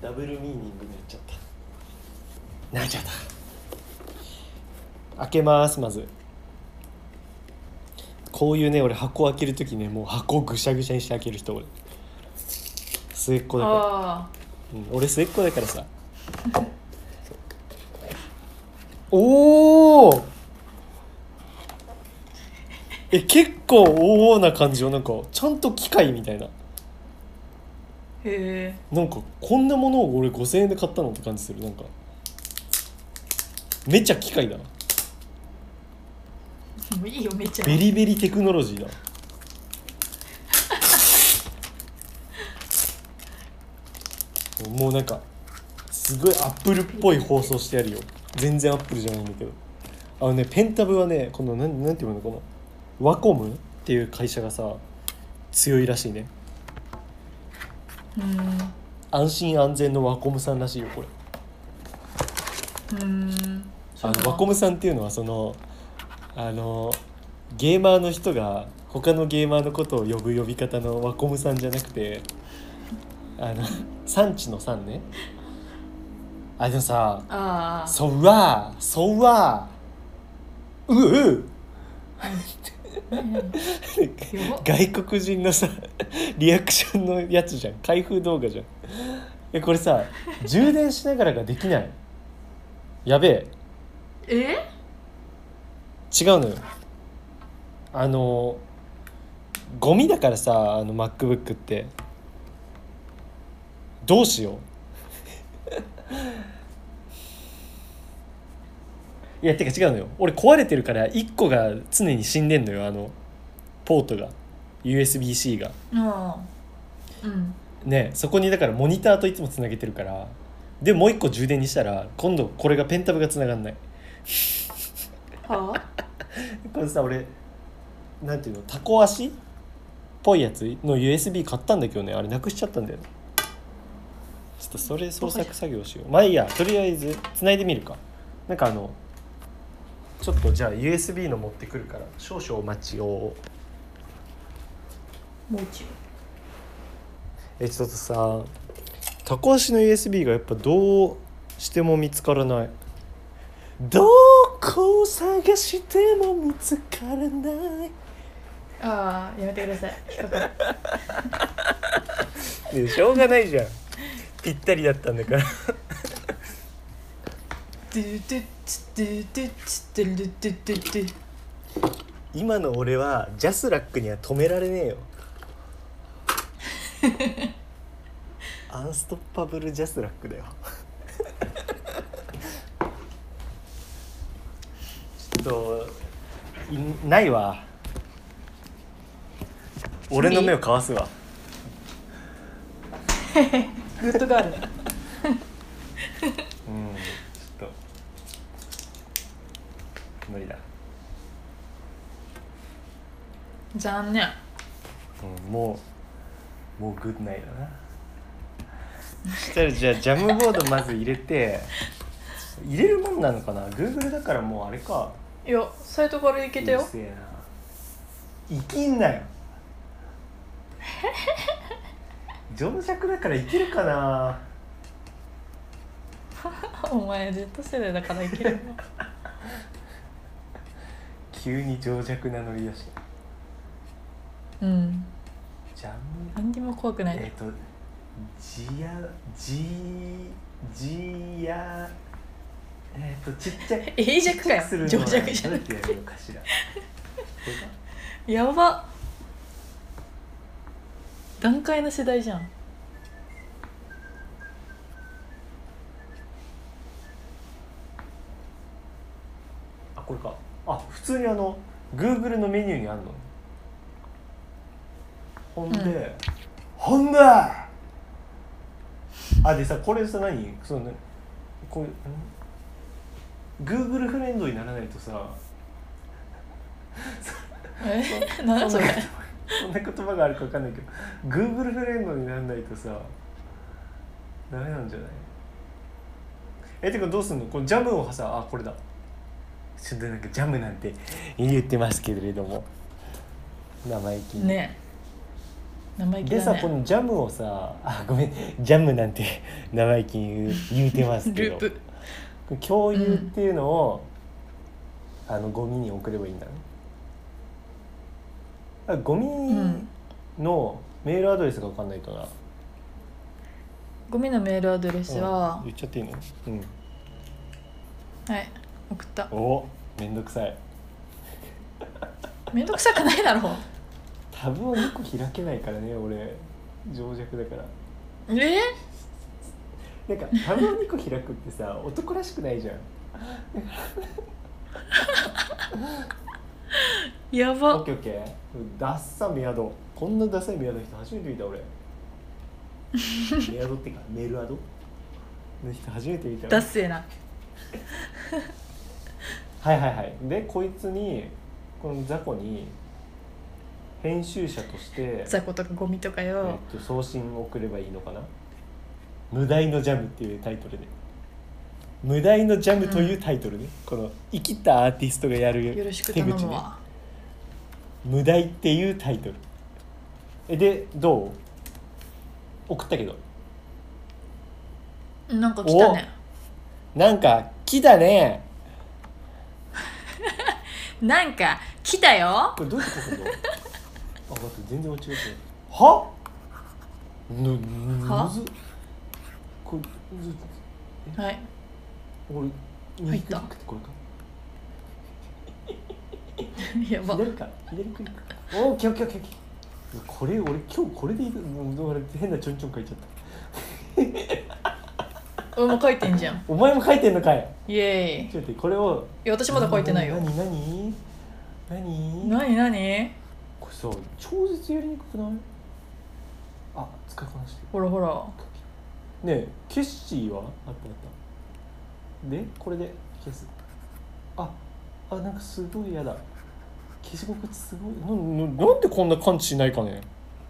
ダブルミーニングになっちゃった。なっちゃった。開けます。まずこういうね俺箱開けるときねもう箱ぐしゃぐしゃにして開ける人。俺末っ子だから、俺末っ子だからさおお結構おおな感じよ。なんかちゃんと機械みたいな。なんかこんなものを俺5000円で買ったのって感じする。なんかめちゃ機械だな。 もういいよめちゃベリベリテクノロジーだもうなんかすごいアップルっぽい放送してあるよ。全然アップルじゃないんだけど。ペンタブはねこのなんていうの、このワコムっていう会社がさ強いらしいね。安心安全のワコムさんらしいよこれ。ワコムさんっていうのはそのゲーマーの人が他のゲーマーのことを呼ぶ呼び方のワコムさんじゃなくて産地の産ね。でもさそうわ外国人のさリアクションのやつじゃん。開封動画じゃん。これさ充電しながらができない。やべえ。違うのよ。 ゴミだからさ、あの MacBook ってどうしよう。いやてか違うのよ、俺壊れてるから1個が常に死んでんのよ、あのポートが USB-C がうんね。そこにだからモニターといつもつなげてるから、でもう1個充電にしたら今度これがペンタブがつながんない。 はあこれさ、俺なんていうの、タコ足っぽいやつの USB 買ったんだけどね、あれなくしちゃったんだよね。ちょっとそれ創作作業しよう。まあいいや、とりあえずつないでみるか。なんかちょっとじゃあ USB の持ってくるから少々お待ちを。 もう一度ちょっとさ、タコ足の USB がやっぱどうしても見つからない。どこを探しても見つからない。 ああやめてください、引っかかる。 ね、しょうがないじゃん、ぴったりだったんだから今の俺はジャスラックには止められねえよアンストッパブルジャスラックだよちょっとないわ、俺の目をかわすわグッドガールね。 うん、ちょっと無理だ、 残念。 もうグッドナイだな。そしたらじゃあジャムボードまず入れて、入れるもんなのかな。 Google だからもうあれか。 いやサイトから行けたよ。 うるせえな、生きんなよ情弱だからいけるかな。 お前 Z 世代だからいけるの。 急に情弱名乗り出した。 うんジャム何にも怖くないで。 ジヤちっちゃい英弱かよ、 ちっちゃくするのは情弱じゃなくどうやってやるのかしら。これかやば、段階の世代じゃん。 あ、これか。あ、普通にGoogle のメニューにあるの。ほんで、ほんだあ、でさ、これさ、何そのこうGoogle フレンドにならないとさ、 何それ。 そんな言葉があるか分かんないけど Google フレンドにならないとさダメなんじゃない。てかどうすんの、このジャムをさ、あ、これだ、ちょっとなんかジャムなんて言ってますけれども、生意気にねえ生意気だね。 でさ、このジャムをさ、あ、ごめん、ジャムなんて生意気に言うてますけどループ共有っていうのを、ゴミに送ればいいんだね。ゴミのメールアドレスが分かんないとな。 ゴミのメールアドレスは、 言っちゃっていいの？ はい送った。 お、めんどくさい。 めんどくさくないだろう。 タブを2個開けないからね、俺情弱だから。なんかタブを2個開くってさ、男らしくないじゃん。 やば。 オッケーオッケー。ダッサメアド。こんなダサいメアドの人初めて見た俺。メアドってかメールアドの人初めて見た。 ダッセーな。 はいはいはい。でこいつにこの雑魚に編集者として雑魚とかゴミとかよ、 送信を送ればいいのかな。無題のジャムっていうタイトルで。無題のジャムというタイトルね、この生きたアーティストがやるよろしく手口ね。 頼むわ。 無題っていうタイトルでどう送ったけど、 なんか来たね。 なんか来たね。 なんか来たよ。 これどうやって書くの？あ、待って、全然間違えてる。は？むずっ。これはい。 俺入ったこれか。 やば。 左か、左クリック。オッケーオッケーオッケー。 これ俺今日これでいいもう俺変なちょんちょん書いちゃった俺も書いてんじゃん。 お前も書いてんのかい。 イエーイ。 ちょっと待ってこれをいや私まだ書いてないよ。 何何これさ超絶やりにくくない？あ使いこなしてほらほら。 ねえケッシーはあったあったでこれで消す。なんかすごい嫌だ。消し心地すごいなんでこんな感知しないかね。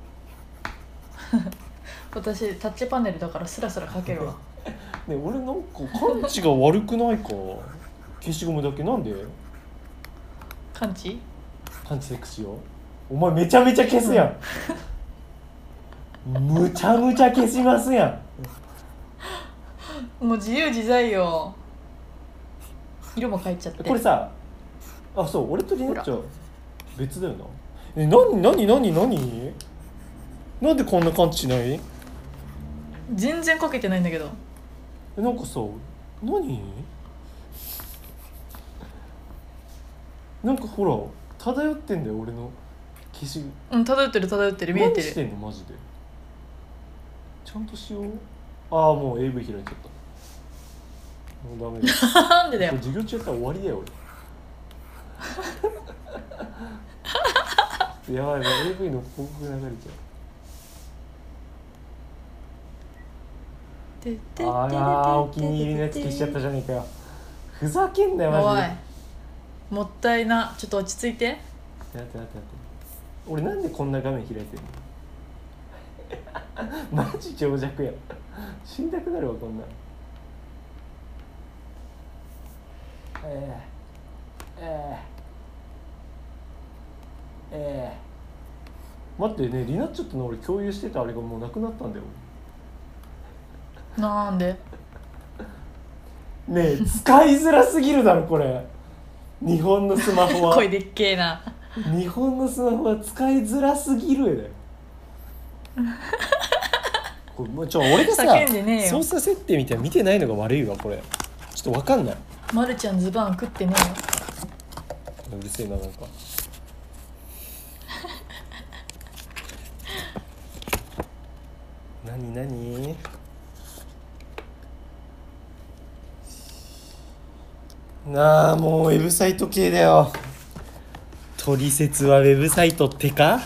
私タッチパネルだからスラスラ書けるわ。 ね俺なんか感知が悪くないか消しゴムだけなんで感知セクシーよ。お前めちゃめちゃ消すやんむちゃむちゃ消しますやもう自由自在よ。色も変えちゃってん。これさそう俺とリナッチョ別だよな。なんでこんな感じしない？ 全然書けてないんだけど。 なんかさなんかほら漂ってんだよ俺の消し。 漂ってる見えてる。 何してんのマジで。ちゃんとしよう。もう AV 開いちゃった。もうダメだなんでだよ。 これ授業中やったら終わりだよ俺やばいAV の広告流れちゃう。お気に入りのやつ消しちゃったじゃねえかよ。ふざけんなよマジで。 おいもったいな。ちょっと落ち着いて。 待って俺なんでこんな画面開いてるのマジ長尺や死んだくなるわこんなん。待ってねリナッチョとの俺共有してたあれがもうなくなったんだよ。 なんでねえ使いづらすぎるだろこれ。日本のスマホは声でっけえな。 日本のスマホは使いづらすぎるだよこれもう俺がさ叫んでねえよ。 操作設定みたいな見てないのが悪いわこれ。ちょっと分かんない。 まるちゃんズバン食ってねうるせえななんか何もうウェブサイト系だよ。取説はウェブサイトってか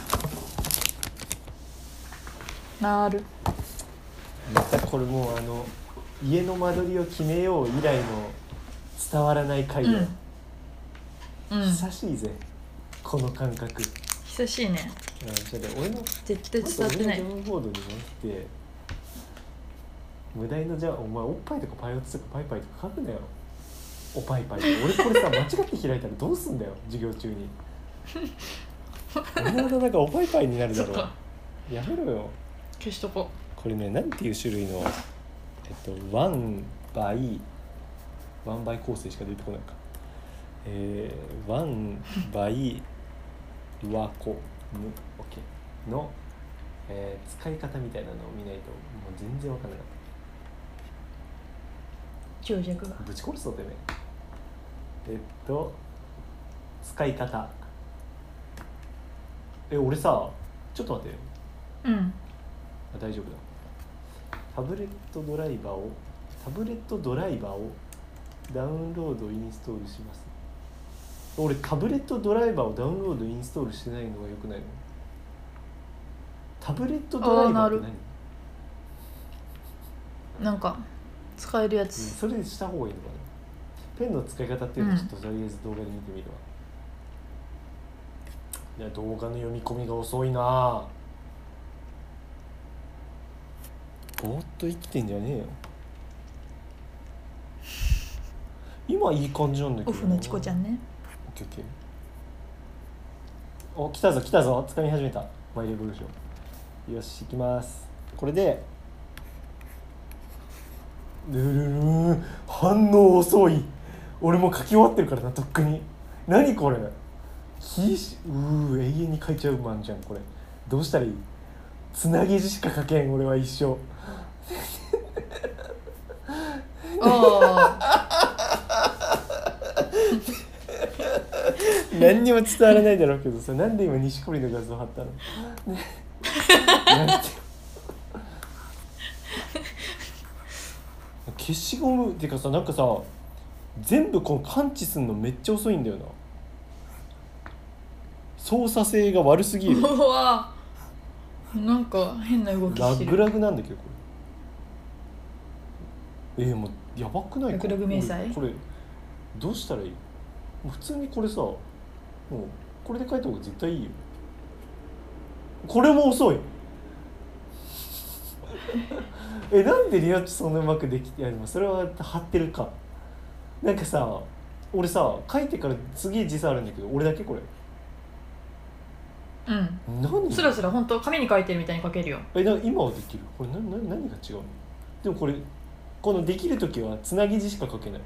なる。 またこれもう家の間取りを決めよう以来の伝わらない回だよ、久しいぜこの感覚。 久しいね。 ちょっと俺の絶対伝わってない。 俺のジャムボードに載って無題のじゃあお前おっぱいとかパイオツとかパイパイとか書くなよ。おパイパイ俺これさ間違って開いたらどうすんだよ授業中に俺のなんかおパイパイになるだろう。やめろよ。 消しとここれねなんていう種類のワンバイ構成しか出てこないか。ワンバイワコムオッケーの、使い方みたいなのを見ないともう全然わかんなかっう。長尺がた。ぶち殺すぞてめえ。使い方。俺さちょっと待って。大丈夫だ。タブレットドライバーをダウンロードインストールします。俺タブレットドライバーをダウンロードインストールしてないのがよくないの？タブレットドライバーって何？ なんか使えるやつ、 それでした方がいいのかな。ペンの使い方っていうのをちょっととりあえず動画で見てみるわ。いや動画の読み込みが遅いな。ぼーっと生きてんじゃねえよ。今いい感じなんだけどな。 オフのチコちゃんね。 オッケーオッケー。来たぞ掴み始めた。マイレボリューション。よし行きます。これで反応遅い。俺も書き終わってるからなとっくに。何これ永遠に書いちゃうマンじゃんこれ。どうしたらいい？つなぎ字しか書けん俺は一生。 何にも伝わらないだろうけどさ、なんで今錦織の画像貼ったの、ね、なんて消しゴムっていうかさ、なんかさ全部この感知するのめっちゃ遅いんだよな。操作性が悪すぎる。 うわなんか変な動きしてる。 ラグラグなんだけどこれ。もうやばくないか。 ラグラグ迷彩これどうしたらいい。もう普通にこれさ、もうこれで書いた方が絶対いいよ。これも遅いなんでリアッチそんなうまくできて。いやでもそれは貼ってるか。なんかさ俺さ書いてからすげえ時差あるんだけど、俺だけこれ。何スラスラ本当紙に書いてるみたいに書けるよ。 今はできる。これ何が違うの。でもこれこのできる時はつなぎ字しか書けない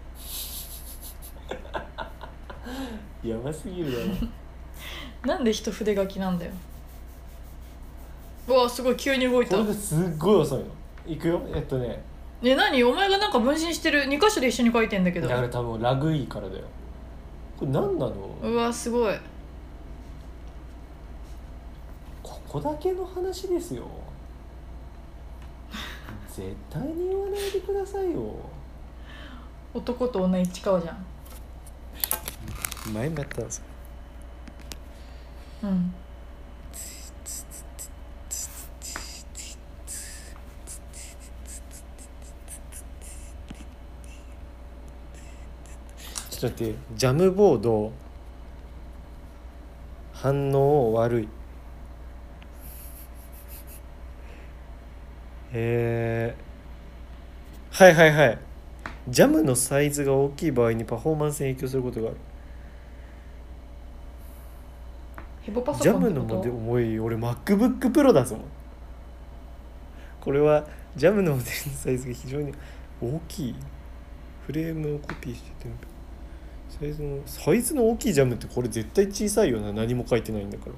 やばすぎるだろなんで一筆書きなんだよ。うわすごい急に動いた。 これがすっごい遅いの。いくよ。 何お前がなんか分身してる。2箇所で一緒に書いてんだけど。 だから多分ラグいいからだよ。これ何なの。 うわすごい。 ここだけの話ですよ絶対に言わないでくださいよ。 男と女市川じゃん。 前もやったんですよ。ちょっと待って、ジャムボード反応悪い。はいはいはい。ジャムのサイズが大きい場合にパフォーマンスに影響することがある。 ヘボパソコンジャムのモデル重い。俺 MacBook Pro だぞ。これはジャムのモデルのサイズが非常に大きい。フレームをコピーしててサイズの大きいジャムってこれ絶対小さいよな。何も書いてないんだから。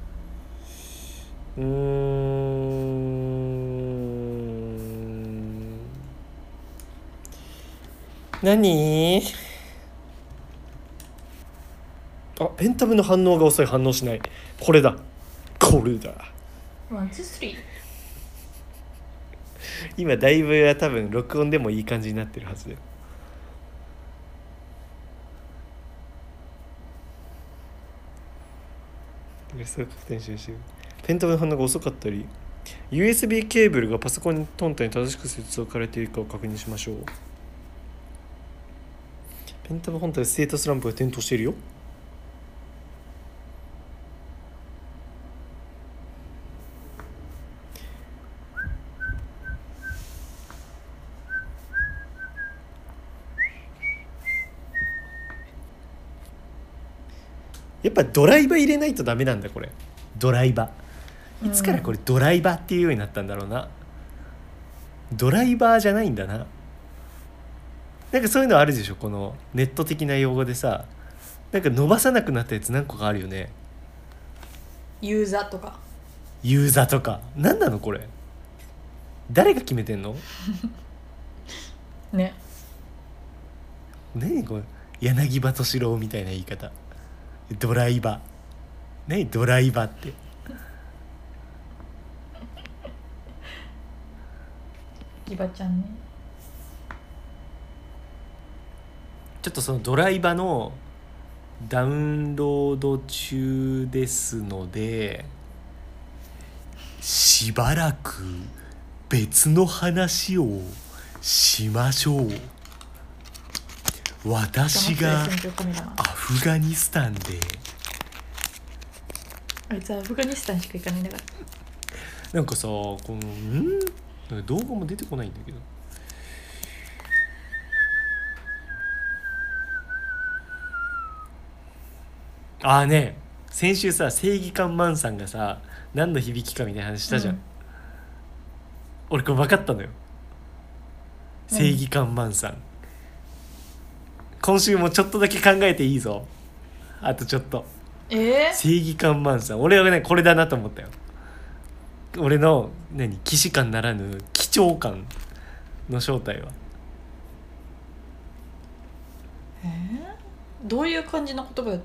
何ペンタブの反応が遅い。反応しない。これだ。これだ。 ワンツースリー。 今だいぶ多分録音でもいい感じになってるはずだよ。ペンタブの反応が遅かったり USB ケーブルがパソコン本体に正しく接続されているかを確認しましょう。ペンタブ本体でステータスランプが点灯しているよ。やっぱドライバー入れないとダメなんだこれ。ドライバーいつからこれドライバーっていうようになったんだろうな。ドライバーじゃないんだな。なんかそういうのあるでしょ。このネット的な用語でさ、なんか伸ばさなくなったやつ何個かあるよね。 ユーザーとかユーザーとか。何なのこれ。誰が決めてんのね。 何これ。柳葉敏郎みたいな言い方。ドライバー。何ドライバーって。 ギバちゃんね。 ちょっとそのドライバーのダウンロード中ですので、しばらく別の話をしましょう。私がアフガニスタンで、 あいつはアフガニスタンしか行かないんだから。 なんかさ、このなんか動画も出てこないんだけど。ね、先週さ正義感マンさんがさ何の響きかみたいな話したじゃん、俺これ分かったのよ。正義感マンさん、今週もちょっとだけ考えていいぞ。あとちょっと。正義感マンさん、俺はねこれだなと思ったよ。俺の既視感ならぬ貴重感の正体は。 どういう感じの言葉やった？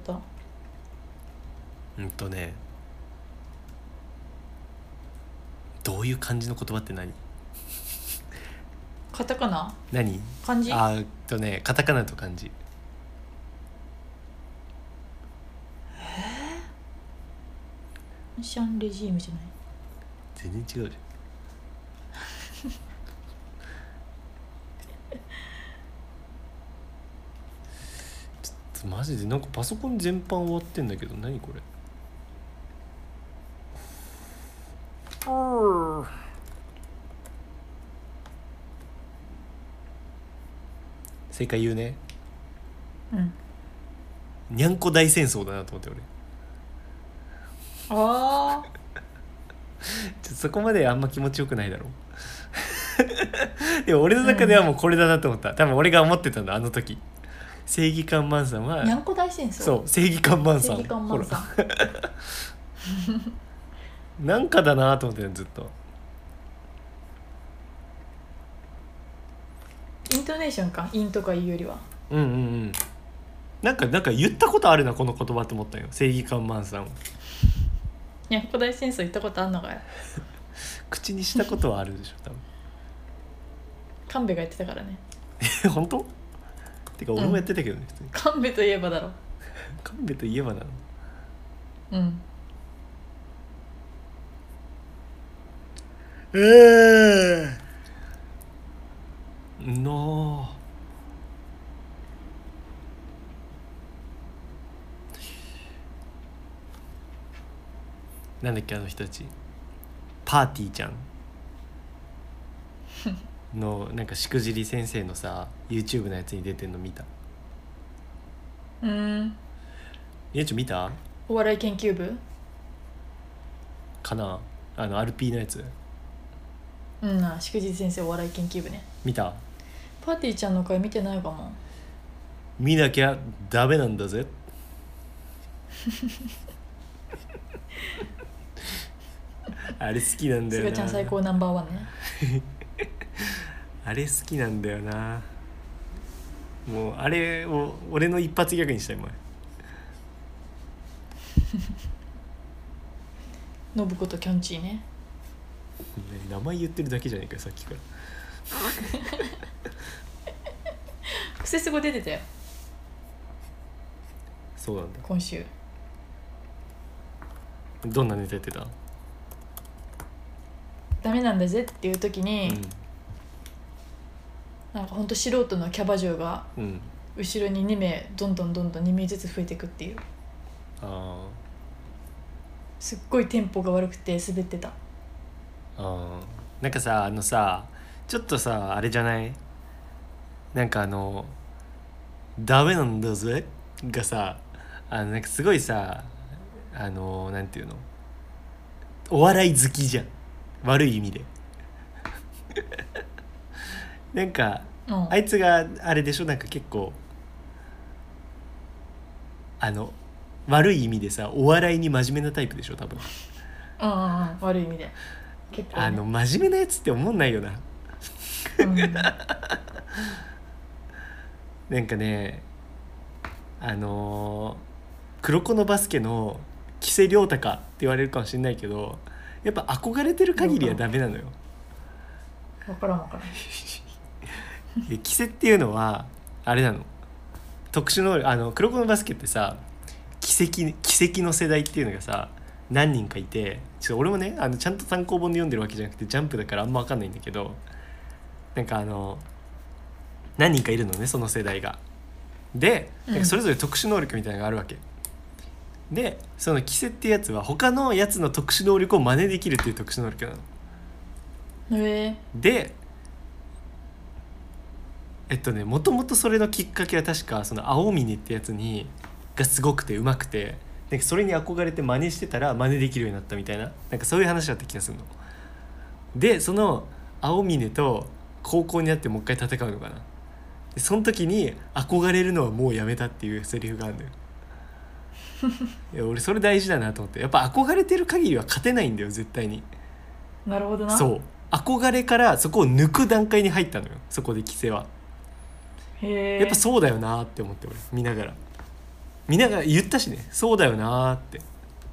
どういう感じの言葉って何？ カタカナ？ 何？ 漢字？ カタカナと漢字。 シャンレジームじゃない？ 全然違うじゃん。ちょっとマジでなんかパソコン全般終わってんだけど、何これ。正解言うね。 うん。 にゃんこ大戦争だなと思って俺。 ああ。 そこまであんま気持ちよくないだろでも俺の中ではもうこれだなと思った、多分俺が思ってたんだあの時。正義感マンさんはにゃんこ大戦争。 そう正義感マンさん。 正義感マンさん。 なんかだなと思ってたずっと。 イントネーションか、インとかいうよりは。 うんうんうん。なんか言ったことあるなこの言葉と思ったよ、正義感マンさんを。 にゃんこ大戦争言ったことあんのかよ。 口にしたことはあるでしょ多分。 神戸が言ってたからね。 本当？てか俺もやってたけどね、普通に。 神戸といえばだろ。 神戸といえばなの。 うん。 のなんだっけあの人たち、パーティーちゃんのなんかしくじり先生のさ YouTube のやつに出てんの見た？ゆうちょ見た？ お笑い研究部かな、RP のやつうんしくじり先生お笑い研究部ね。 見た？ パーティーちゃんの回見てないかも。 見なきゃダメなんだぜあれ好きなんだよな。 すがちゃん最高ナンバーワンね。 あれ好きなんだよな。もうあれを俺の一発ギャグにしたいもん。 信子とキョンチーね。 名前言ってるだけじゃねえかよさっきから。 クセスゴ出てたよそうなんだ。 今週。 どんなネタやってた？ ダメなんだぜっていう時に、なんかほんと素人のキャバ嬢が後ろに2名どんどん2名ずつ増えていくっていう。すっごいテンポが悪くて滑ってた。 なんかさちょっとさあれじゃない？なんかダメなんだぜがさなんかすごいさなんていうの、お笑い好きじゃん、悪い意味でなんか、あいつがあれでしょ、なんか結構悪い意味でさお笑いに真面目なタイプでしょ多分。 悪い意味で結構、ね、 真面目なやつって思んないよななんかね黒子のバスケの木瀬亮太かって言われるかもしれないけど、やっぱ憧れてる限りはダメなのよ。 分からん木瀬っていうのはあれなの、特殊能力。黒子のバスケってさ奇跡の世代っていうのがさ何人かいて、ちょっと俺もねちゃんと単行本で読んでるわけじゃなくてジャンプだからあんま分かんないんだけど、なんか何人かいるのねその世代が。でなんかそれぞれ特殊能力みたいなのがあるわけ、でそのキセってやつは他のやつの特殊能力を真似できるっていう特殊能力なの。でもともとそれのきっかけは確かその青峰ってやつがすごくてうまくて、なんかそれに憧れて真似してたら真似できるようになったみたいな、なんかそういう話だった気がするの。でその青峰と高校になってもう一回戦うのかな。でその時に憧れるのはもうやめたっていうセリフがあるんだよいや俺それ大事だなと思って、やっぱ憧れてる限りは勝てないんだよ絶対に。 なるほどな。 そう憧れからそこを抜く段階に入ったのよそこでキセは。やっぱそうだよなって思って俺見ながら。 みんなが言ったしね、そうだよなーって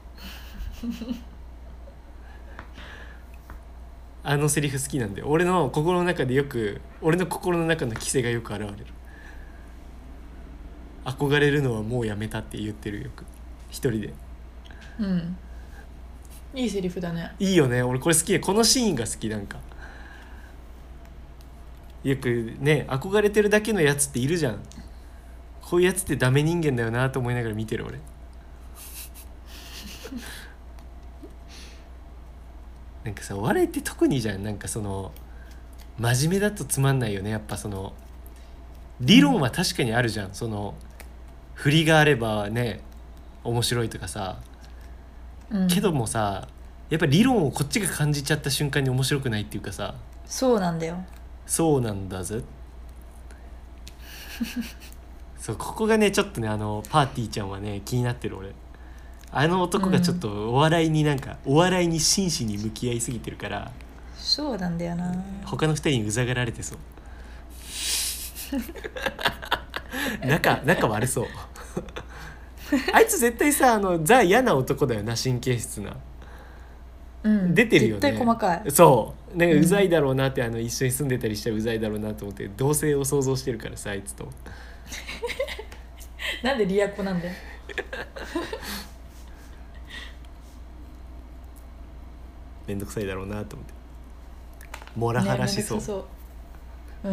あのセリフ好きなんで、俺の心の中でよく、俺の心の中の規制がよく現れる。憧れるのはもうやめたって言ってる、よく一人で。 うん、いいセリフだね。 いいよね、俺これ好きで、このシーンが好き。なんかよくね、憧れてるだけのやつっているじゃん。こういうやつってダメ人間だよなと思いながら見てる俺なんかさ、お笑いって特にじゃん。なんかその真面目だとつまんないよね。やっぱその理論は確かにあるじゃん。その振りがあればね面白いとかさ、 うん、 けどもさ、やっぱ理論をこっちが感じちゃった瞬間に面白くないっていうかさ。 そうなんだよ。 そうなんだぜそう、ここがねちょっとね、パーティーちゃんはね気になってる俺。あの男がちょっとお笑いになんか、お笑いに真摯に向き合いすぎてるから、 そうなんだよな。 他の二人にうざがられてそう仲悪そうあいつ絶対さ、ザ嫌な男だよな、神経質な。 うん、 出てるよね。 絶対細かい。 そうなんかうざいだろうなって、一緒に住んでたりしたらうざいだろうなと思って同性を想像してるからさ、あいつとなんでリアコなんだよめんどくさいだろうなと思って、モラハラしそう、 ね、そう、うん、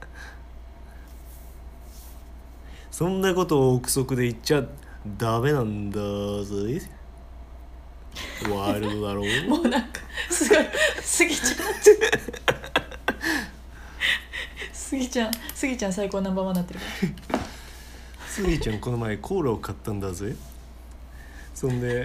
そんなことを憶測で言っちゃダメなんだぜワイルドだろうもうなんかすごいスギちゃんスギちゃん最高ナンバーワンになってるからスギちゃんこの前コーラを買ったんだぜ。そんで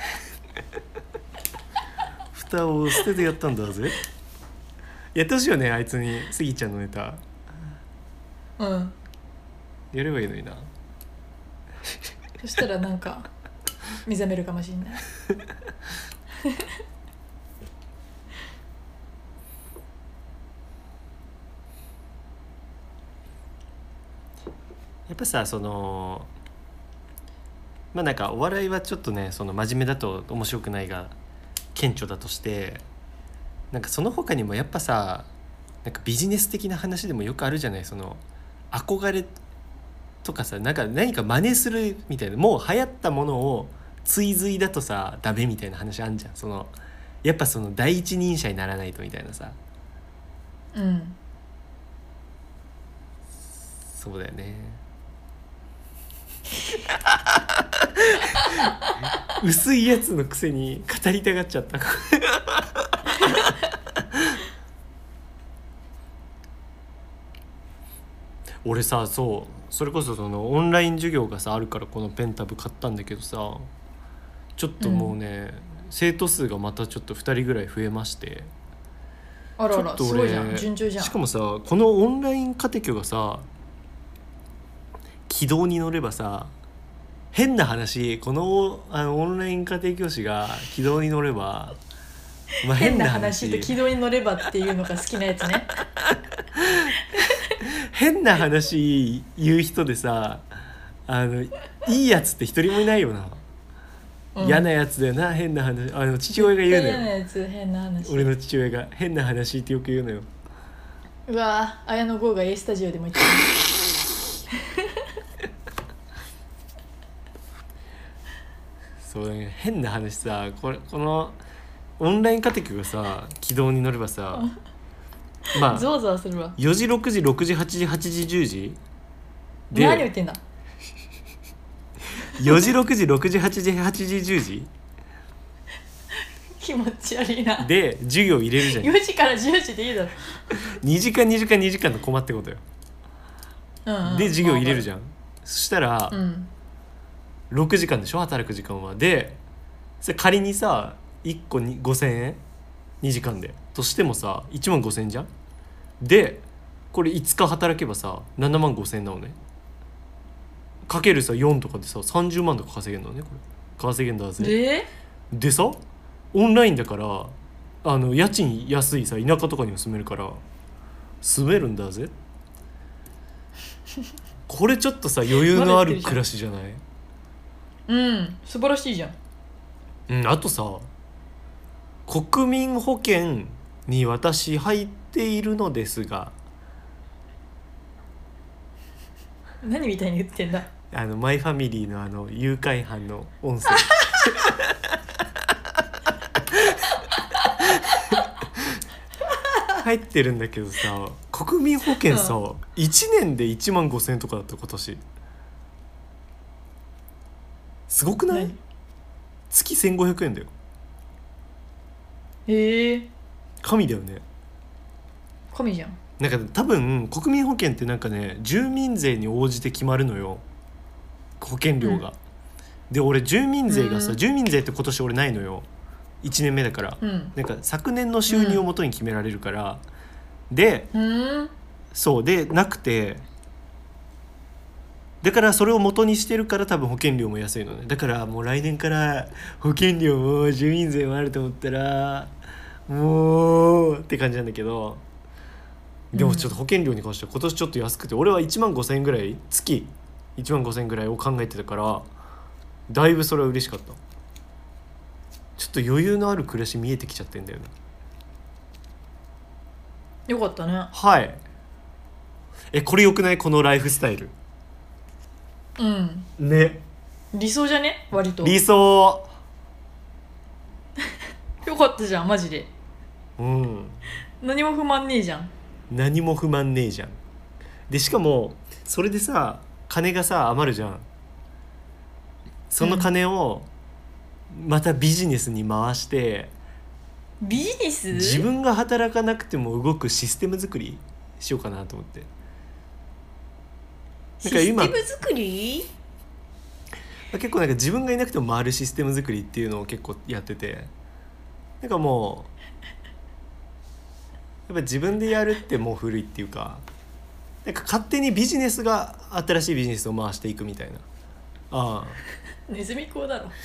蓋を捨ててやったんだぜ。やってほしいよね、あいつに。スギちゃんのネタうんやればいいのにな。 そしたらなんか目覚めるかもしれないやっぱさ、そのまあなんかお笑いはちょっとね、その真面目だと面白くないが顕著だとして、なんかその他にもやっぱさ、なんかビジネス的な話でもよくあるじゃない。その憧れとかさ、なんか何か真似するみたいな、もう流行ったものを追随だとさダメみたいな話あんじゃん。そのやっぱその第一人者にならないとみたいなさ。 うんそうだよね薄いやつのくせに語りたがっちゃった俺さ、そうそれこそそのオンライン授業がさあるから、このペンタブ買ったんだけどさ、ちょっともうね、生徒数がまたちょっと2人ぐらい増えまして、 あらあちょっとらすごいじゃん、 俺順調じゃん。 しかもさ、このオンライン家庭教がさ軌道に乗ればさ、変な話、このオンライン家庭教師が軌道に乗れば、まあ、 変な話と軌道に乗ればっていうのが好きなやつね変な話言う人でさ、いいやつって一人もいないよな、 うん、 嫌なやつだよな、変な話。父親が言うのよ。 嫌なやつ、変な話。 俺の父親が変な話ってよく言うのよ。 うわぁ、綾野剛が A スタジオでも言ってるそうね、変な話さ、このオンライン家庭教がさ軌道に乗ればさ、まあゾワゾワするわ。 4時6時6時8時8時10時で、 何言ってんだ 4時6時6時8時8時10時気持ち悪いな。 で授業入れるじゃん。 4時から10時でいいだろ。 2時間2時間2時間のコマってことよ。 うんうん、 で授業入れるじゃん。そしたら、 うん、 6時間でしょ、働く時間は。でそれ仮にさ1個に5000円2時間でとしてもさ1万5000円じゃん。でこれ5日働けばさ7万5000円なのね。かけるさ4とかでさ30万とか稼げるのね。これ稼げんだぜ。でさオンラインだから家賃安いさ田舎とかにも住めるから住めるんだぜこれちょっとさ余裕のある暮らしじゃない？ うん素晴らしいじゃん。 あとさ、国民保険に私入っているのですが、 何みたいに言ってんだ。 マイファミリーの誘拐犯の音声入ってるんだけどさ、国民保険さ、1年で1万5,000円とかだった今年。すごくない？ 何月1,500円だよ。 へえ神だよね。 神じゃん。 なんか多分国民保険ってなんかね、住民税に応じて決まるのよ、保険料が、で俺住民税がさ、住民税って今年俺ないのよ、1年目だから、なんか昨年の収入をもとに決められるから、でそうでなくて、だからそれを元にしてるから多分保険料も安いのね。だからもう来年から保険料も住民税もあると思ったらもうって感じなんだけど、でもちょっと保険料に関しては今年ちょっと安くて、俺は1万5,000円ぐらい、月1万5,000円ぐらいを考えてたから、だいぶそれは嬉しかった。ちょっと余裕のある暮らし見えてきちゃってんだよね。 よかったね。 はい。これ良くない？このライフスタイルね。 理想じゃね割と。 理想。 よかったじゃんマジで。何も不満ねえじゃん。 何も不満ねえじゃん。でしかもそれでさ、金がさ余るじゃん。その金をまたビジネスに回して、 ビジネス？ 自分が働かなくても動くシステム作りしようかなと思って。 システム作り？ 結構なんか自分がいなくても回るシステム作りっていうのを結構やってて、なんかもうやっぱ自分でやるってもう古いっていうか、なんか勝手にビジネスが新しいビジネスを回していくみたいな、 ネズミ講だろ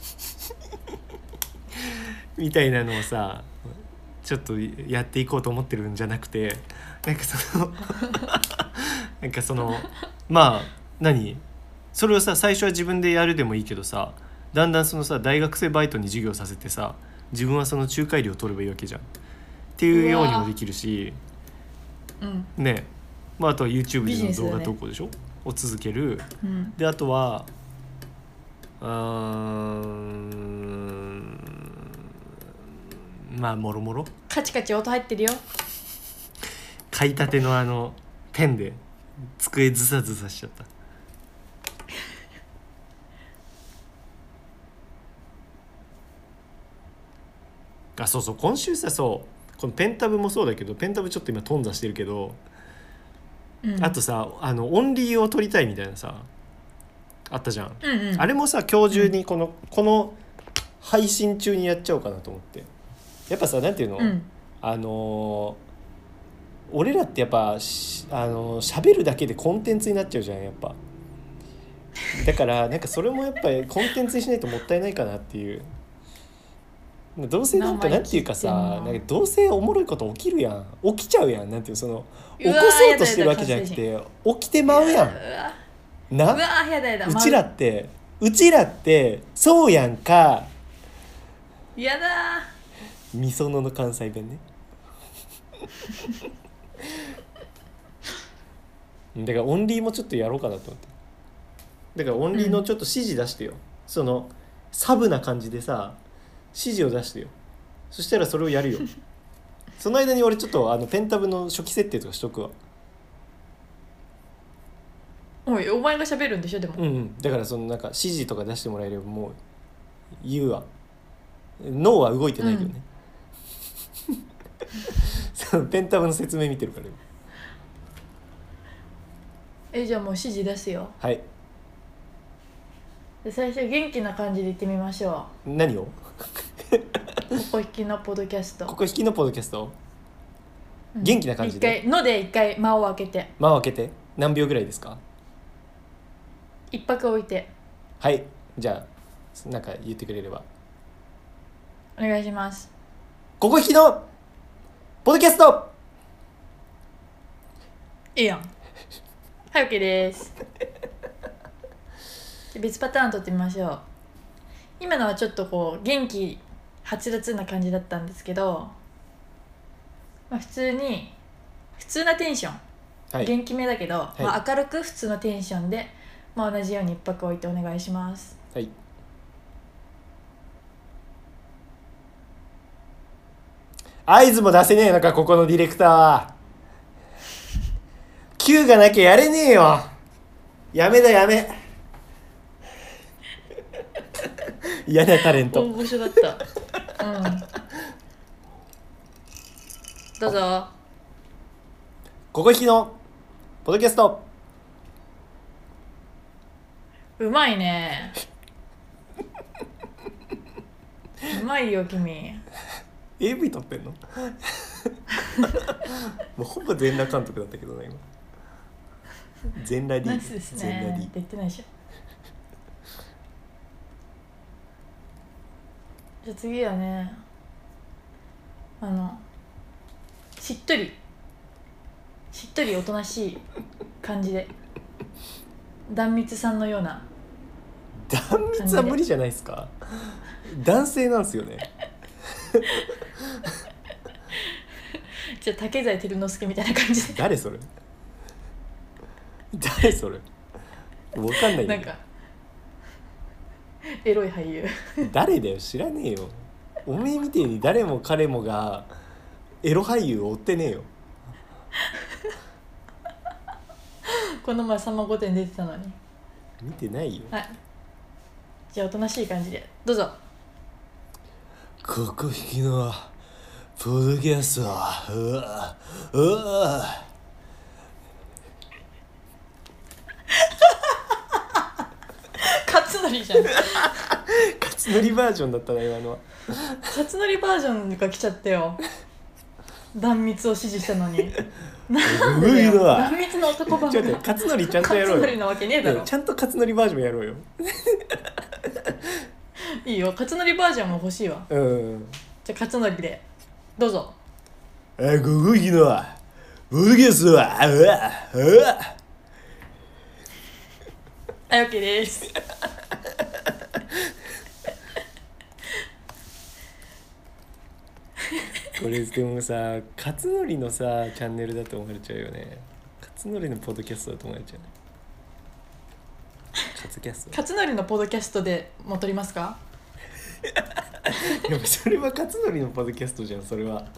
みたいなのをさ、ちょっとやっていこうと思ってるんじゃなくて、なんかそのまあ何それをさ、最初は自分でやるでもいいけどさ、だんだんそのさ大学生バイトに授業させてさ、自分はその仲介料を取ればいいわけじゃんっていうようにもできるし、ね、まあ、あとは YouTube での動画投稿でしょ、を続ける、であとはまあもろもろカチカチ音入ってるよ。 買いたてのペンで机ズサズサしちゃった。そうそう、今週さ、そうこのペンタブもそうだけど、ペンタブちょっと今頓挫してるけど、あとさオンリーを取りたいみたいなさあったじゃん、あれもさ今日中にこの配信中にやっちゃおうかなと思って。やっぱさ、なんていうの、俺らってやっぱ喋るだけでコンテンツになっちゃうじゃんやっぱ。だからなんかそれもやっぱりコンテンツにしないともったいないかなっていう。どうせなんかなんていうかさ、なんかどうせおもろいこと起きるやん、起きちゃうやん、なんていう起こそうとしてるわけじゃなくて起きてまうやんな。うちらってそうやんか。 やだみその関西弁ねだからオンリーもちょっとやろうかなと思って。だからオンリーのちょっと指示出してよ、そのサブな感じでさ指示を出してよ。そしたらそれをやるよその間に俺ちょっとペンタブの初期設定とかしとくわ。 おい、お前が喋るんでしょでも。 だからそのなんか指示とか出してもらえればもう言うわ。脳は動いてないけどね、そのペンタブの説明見てるから今。 じゃあもう指示出すよ。 はい。 で最初元気な感じで言ってみましょう。何をここ引きのポッドキャスト。 ここ引きのポッドキャスト、元気な感じで一回間を空けて。 間を空けて何秒ぐらいですか？ 一泊置いて。 はい、じゃあなんか言ってくれればお願いします。 ここ引きのポッドキャスト。 いいやんはい、OK です別パターン取ってみましょう。今のはちょっとこう元気はつらつな感じだったんですけど、まあ、普通なテンション、 はい元気めだけど、 いまあ、明るく普通のテンションで、まあ、同じように一泊置いてお願いします。 はい。合図も出せねえのかここのディレクターは。Q がなきゃやれねえよ。やめだやめ。嫌なタレント。 大御所だったうんどうぞ。 ここ引きのポッドキャスト。 うまいねうまいよ君。 AV 撮ってんのもうほぼ全裸監督だったけどな今。全裸 D。 ナイスです全裸ね D。 って言ってないでしょ。じゃあ次はね、しっとりおとなしい感じで、壇蜜さんのような。 断蜜は無理じゃないですか。男性なんですよね。 じゃあ竹財輝之助みたいな感じで誰それ。誰それ。わかんないよ。 なんかエロい俳優誰だよ知らねえよ。おめえみてえに誰も彼もがエロ俳優を追ってねえよ。 この前さんま御殿出てたのに。 見てないよ。 はい、じゃあおとなしい感じでどうぞ。 ここ引きのポッドキャスト。うわ勝則じゃん勝則バージョンだったな今のは。 勝則バージョンが来ちゃったよ。壇蜜を支持したのに。なんでだよ。壇蜜の男版ちょっと勝則ちゃんとやろうよ。 勝則なわけねえだろ。 ちゃんと勝則バージョンやろうよ。 いいよ、勝則バージョンも欲しいわ。 うん。 じゃあ勝則でどうぞ。 ここ引きのポッドキャストははい、OK ですこれでもさ勝則のさチャンネルだと思われちゃうよね。勝則のポッドキャストだと思われちゃう。勝キャスト。 勝則のポッドキャストでも撮りますか。 でもそれは勝則のポッドキャストじゃんそれは。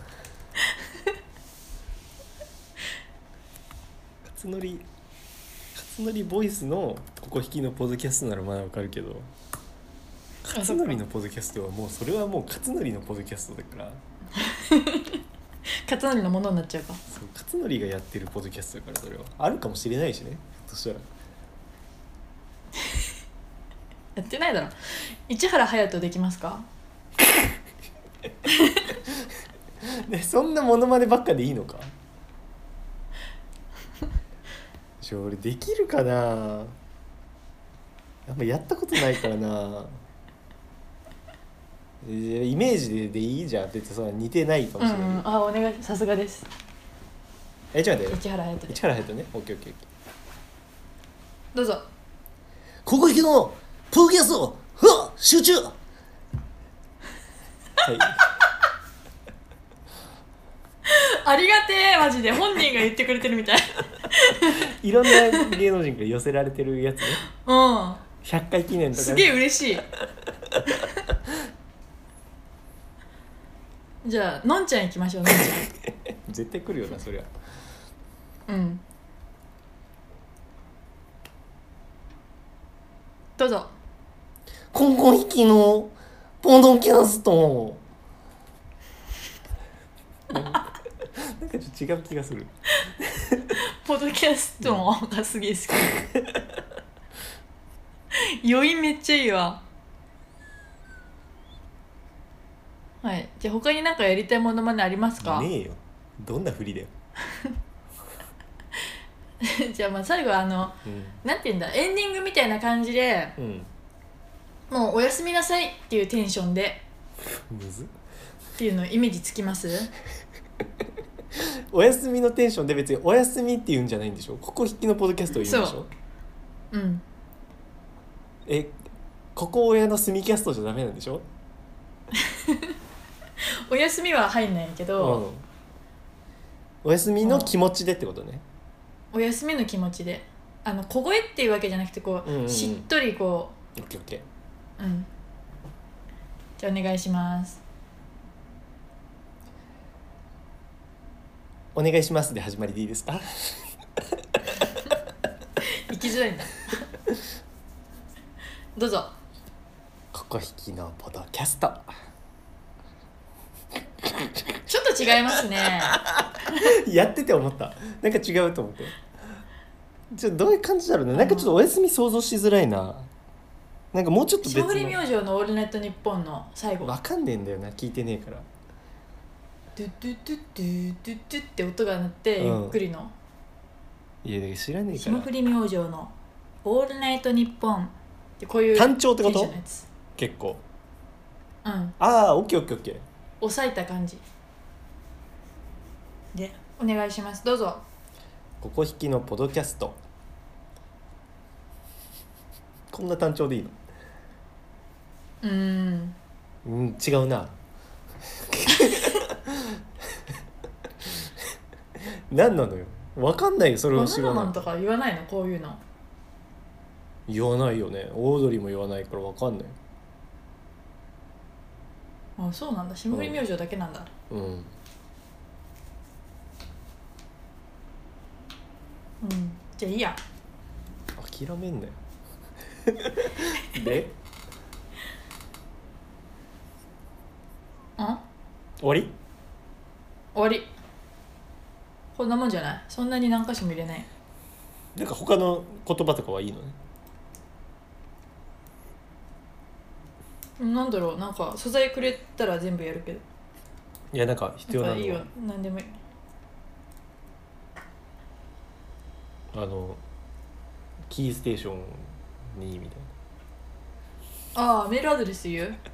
勝則ボイスのここ引きのポッドキャストならまだわかるけど、勝則のポッドキャストはもうそれはもう勝則のポッドキャストだから。 勝則のものになっちゃうか。 そう勝則がやってるポッドキャストだからそれはあるかもしれないしね。ひょっとしたらやってないだろ。市原隼人できますか。 ね、そんなモノマネばっかでいいのか。俺できるかな。あんまやったことないからな。イメージでいいじゃんって言ってさ似てないかもしれない。 あ、お願い、さすがです。 ちょっと待って。 市原隼人で市原隼人ね。オッケーオッケー。 どうぞ。 ここ引きのポッドキャスト集中。はい。 ありがてえマジで本人が言ってくれてるみたい。 いろんな芸能人から寄せられてるやつね。 うん。 100回記念とか、ね。 すげえ嬉しい。じゃあのんちゃん行きましょう。のんち絶対来るよなそりゃ。 ゃん。うん。どうぞ。 コンコン引きのポッドキャスト。なんかちょっと違う気がする。 ポッドキャストがすげえ好き。余韻めっちゃいいわ。はい。じゃあ他に何かやりたいものまねありますか。 ねえよ。どんな振りだよ。 じゃあまあ最後はなんていうんだ、エンディングみたいな感じで、もうおやすみなさいっていうテンションでむずっっていうのイメージつきます。 お休みのテンションで別にお休みって言うんじゃないんでしょ。ここ引きのポッドキャストを言うんでしょ。 うん。 ここ親の住みキャストじゃダメなんでしょ？ お休みは入んないけうど、 ん、お休みの気持ちでってことね。 お休みの気持ちで、小声っていうわけじゃなくてこう、 うんうんうん、 しっとりこオッケーオッケー。 う、じゃあお願いします。 お願いしますで始まりでいいですか？ 行きづらいんだ。どうぞ。 ここ引きのポドキャスト。 ちょっと違いますね。 やってて思った。なんか違うと思って。どういう感じだろうね。なんかちょっとお休み想像しづらいな。なんかもうちょっと別の。 霜降り明星のオールナイトニッポンの最後。 わかんねえんだよな、聞いてねえから。 ドゥドゥドゥドゥドゥドゥって音が鳴って、 うんゆっくりの。 いや、だから知らねえから。 霜降り明星のオールナイトニッポンってこういう単調ってことテンションのやつ。 結構。 うん。 ああ、オッケーオッケーオッケー。 抑えた感じでお願いします。どうぞ。 ここ引きのポドキャスト。こんな単調でいいの？違うな。何なのよ。わかんないよ、それを知らない。 バナナマンとか言わないの？こういうの言わないよね。オードリーも言わないからわかんない。 あ、そうなんだ。霜降り明星だけなんだ。 うん。 じゃあいいや。 諦めんなよ。で、終わり？ 終わり。こんなもんじゃない？そんなに何箇所も入れない。 なんか他の言葉とかはいいのね。 なんだろう、なんか素材くれたら全部やるけど。 いや、なんか必要なのは、 いいよ、なんでもいい。 キーステーションにみたいああ、メールアドレス言う？ な。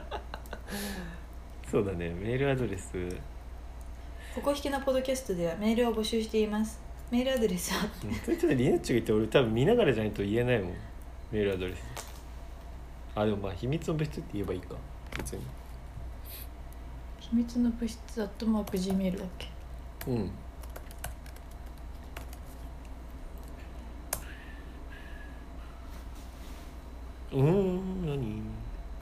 そうだね、メールアドレス。 ここ引きのポッドキャストではメールを募集しています。メールアドレスはそれちょっとリナッチが言って、俺多分見ながらじゃないと言えないもん、メールアドレス。あ、でもまあ秘密の物質って言えばいいか、別に。 秘密の物質@gmailだっけ？ うん。何？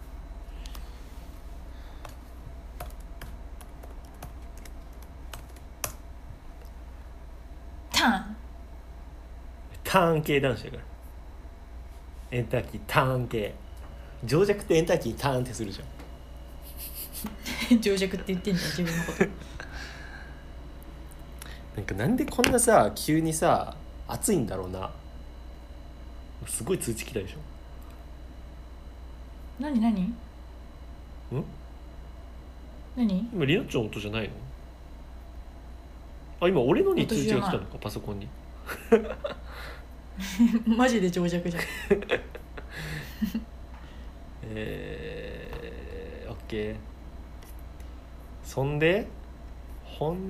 ターン系男子だから。エンターキーターン系。情弱ってエンターキーターンってするじゃん。 情弱って言ってんじゃん、自分のことなんかなんでこんなさ、急にさ暑いんだろうな。すごい通知来たでしょ。 何今リナッチの音じゃないの？あ、今俺のに通知が来たのか、パソコンに。 マジで情弱じゃん。 オッケー。ほんでちょっと待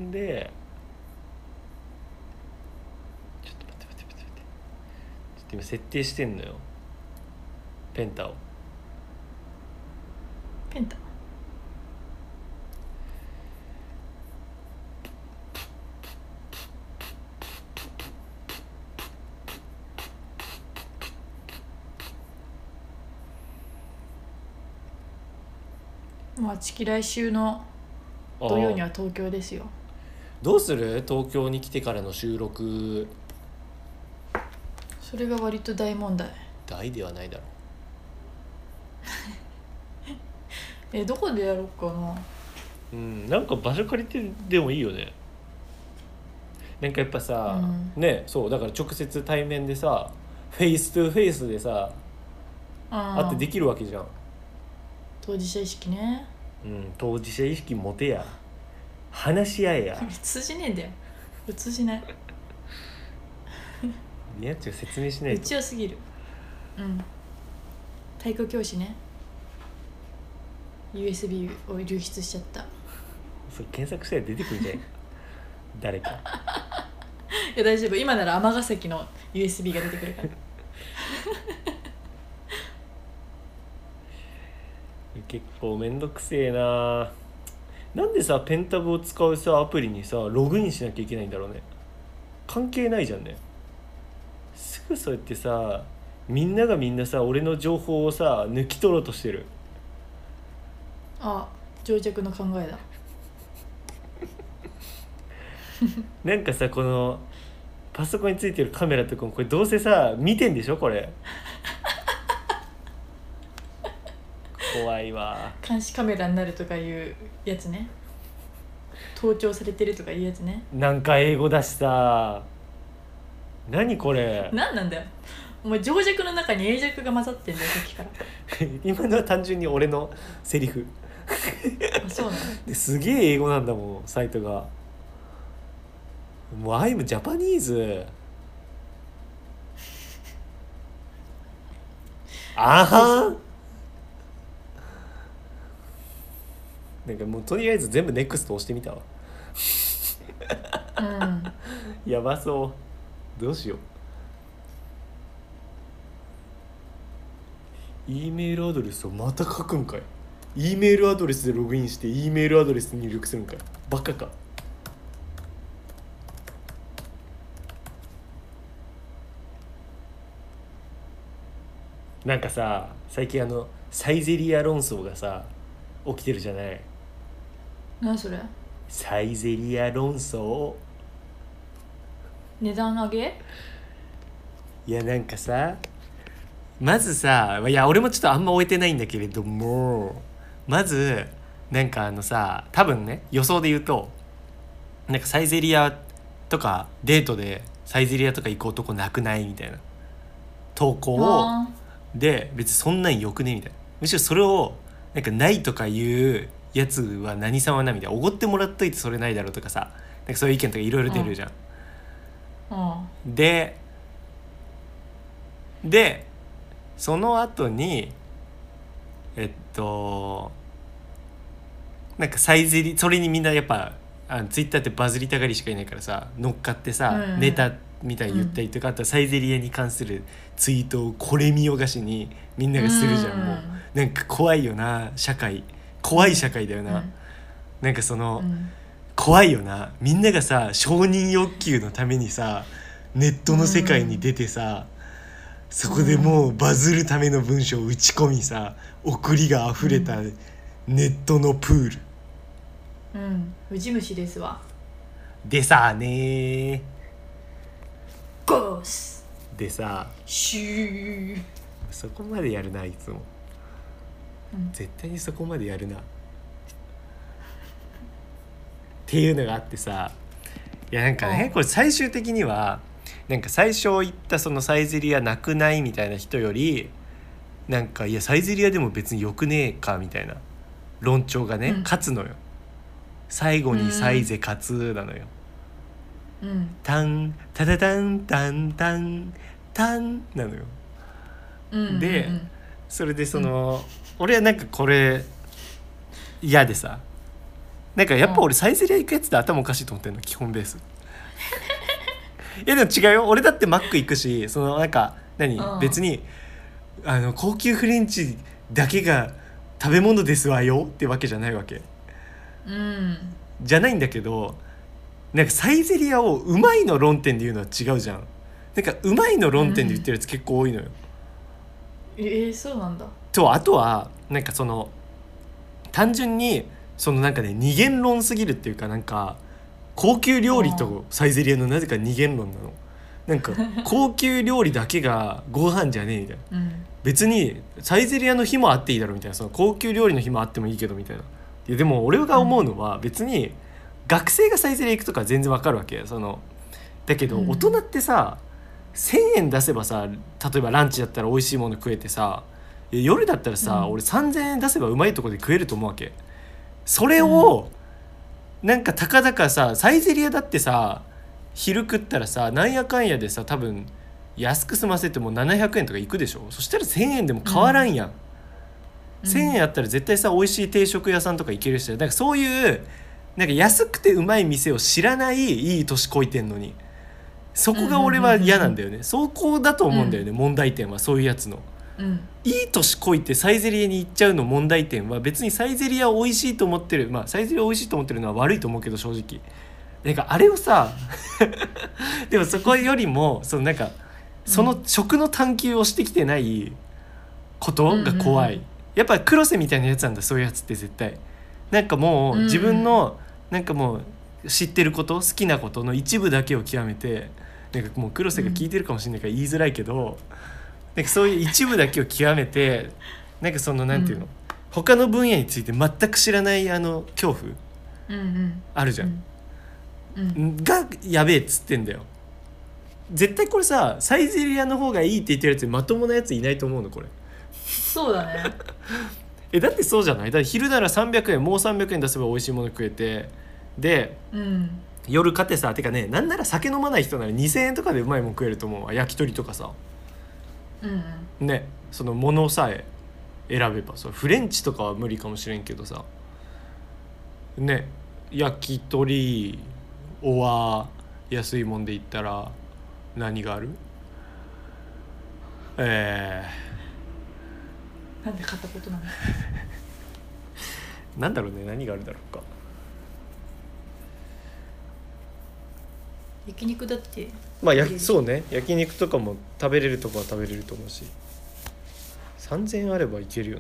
ってちょっと今設定してんのよ、ペンタを。 ペンタ。まあチキ来週の土曜には東京ですよ。 どうする？東京に来てからの収録。 それが割と大問題。 大ではないだろう。 どこでやろうかな。 なんか場所借りてでもいいよね。なんかやっぱさ、ね、そうだから直接対面でさ、フェイストゥフェイスでさ、会ってできるわけじゃん。 当事者意識ね。 当事者意識持てや、話し合えや。 通じねえんだよ。通じない。 リナッチが説明しないと。 強すぎる。体育教師ね。USB を流出しちゃった。 それ検索したら出てくるんじゃないか。誰か。 いや大丈夫、今なら尼崎の USB が出てくるから。 結構めんどくせえな。なんでさペンタブを使うさアプリにさログインしなきゃいけないんだろうね。関係ないじゃんね。すぐそうやってさみんながみんなさ俺の情報をさ抜き取ろうとしてる。 あ、情弱の考えだ。 なんかさこのパソコンについてるカメラとかもこれどうせさ見てんでしょこれ。怖いわ。 監視カメラになるとかいうやつね。盗聴されてるとかいうやつね。 なんか英語だしさ。何これ。 何なんだよ。お前情弱の中に英弱が混ざってんだよさっきから。 今のは単純に俺のセリフあ、そうなの。 ですげえ英語なんだもんサイトが。もう I'm Japanese あはなんかもうとりあえず全部 NEXT 押してみたわ。 うん。 やばそう。どうしよう。E メールアドレスをまた書くんかい。 E メールアドレスでログインして E メールアドレス入力するんかい。バカか。なんかさ最近サイゼリア論争がさ起きてるじゃない。 何それ。 サイゼリア論争。 値段上げ。 いやなんかさまずさ、いや俺もちょっとあんま終えてないんだけれども、まずなんかさ多分ね予想で言うとなんかサイゼリアとかデートでサイゼリアとか行く男なくないみたいな投稿をで別にそんなんよくねみたいな、むしろそれをなんかないとか言うやつは何様なみたいな、おごってもらっといてそれないだろうとかさ、なんかそういう意見とかいろいろ出るじゃん。でその後になんかサイゼリそれにみんなやっぱツイッターってバズりたがりしかいないからさ乗っかってさ、ネタみたいに言ったりとか、あとサイゼリアに関するツイートをこれ見よがしにみんながするじゃん。もうなんか怖いよな社会、怖い社会だよな。なんかその、怖いよな、みんながさ承認欲求のためにさネットの世界に出てさ、そこでもうバズるための文章を打ち込みさ、送りが溢れたネットのプール、 ウジ虫ですわ。 でさねゴースでさシュー、 そこまでやるないつも、絶対にそこまでやるなっていうのがあってさ、いやなんかねこれ最終的にはなんか最初言ったそのサイゼリアなくないみたいな人よりなんかいやサイゼリアでも別によくねえかみたいな論調がね、勝つのよ。最後にサイゼ勝つなのよ。タンタタタンタンタンタンなのよ。でそれでその、俺はなんかこれ嫌でさ、なんかやっぱ俺サイゼリア行くやつって頭おかしいと思ってんの基本ベース。いやでも違うよ、俺だってマック行くし、そのなんか別に高級フレンチだけが食べ物ですわよってわけじゃないわけ、じゃないんだけど、なんかサイゼリアをうまいの論点で言うのは違うじゃん。なんかうまいの論点で言ってるやつ結構多いのよ。 そうなんだ。 とあとはなんかその単純にそのなんかね二元論すぎるっていうか、なんか高級料理とサイゼリアのなぜか二元論なの。なんか高級料理だけがご飯じゃねえみたいな、別にサイゼリアの日もあっていいだろみたいな、その高級料理の日もあってもいいけどみたいな。いやでも俺が思うのは別に学生がサイゼリア行くとか全然わかるわけ。そのだけど大人ってさ、1,000円出せばさ、例えばランチだったら美味しいもの食えてさ、夜だったらさ、俺3,000円出せばうまいとこで食えると思うわけ。それを、なんかたかだかさサイゼリアだってさ昼食ったらさなんやかんやでさ多分安く済ませても700円とかいくでしょ。そしたら1,000円でも変わらんやん、1,000円あったら絶対さ美味しい定食屋さんとか行けるし、なんかそういうなんか安くてうまい店を知らないいい年こいてんのに、そこが俺は嫌なんだよね。そこだと思うんだよね、問題点はそういうやつの。 いい年こいてサイゼリヤに行っちゃうの問題点は別にサイゼリヤを美味しいと思ってる、まあサイゼリヤを美味しいと思ってるのは悪いと思うけど正直なんかあれをさでもそこよりもそのなんかその食の探求をしてきてないことが怖い、やっぱ黒瀬みたいなやつなんだそういうやつって絶対なんかもう自分のなんかもう知ってること好きなことの一部だけを極めてなんかもう黒瀬が聞いてるかもしれないから言いづらいけど、なんかそういう一部だけを極めてなんかそのなんていうの、他の分野について全く知らない恐怖あるじゃん、がやべえっつってんだよ。絶対これさサイゼリヤの方がいいって言ってるやつまともなやついないと思うのこれ。 そうだねだってそうじゃない？だって昼なら300円もう300円出せば美味しいもの食えてで、夜勝てさてかねなんなら酒飲まない人なら2000円とかでうまいもん食えると思うわ。焼き鳥とかさ、ねそのものさえ選べばさフレンチとかは無理かもしれんけどさね焼き鳥おわ安いもんで言ったら何がある？ なんで買ったことなのなんだろうね何があるだろうか。 焼肉だってまあそうね焼肉とかも食べれるとこは食べれると思うし3000円あればいけるよ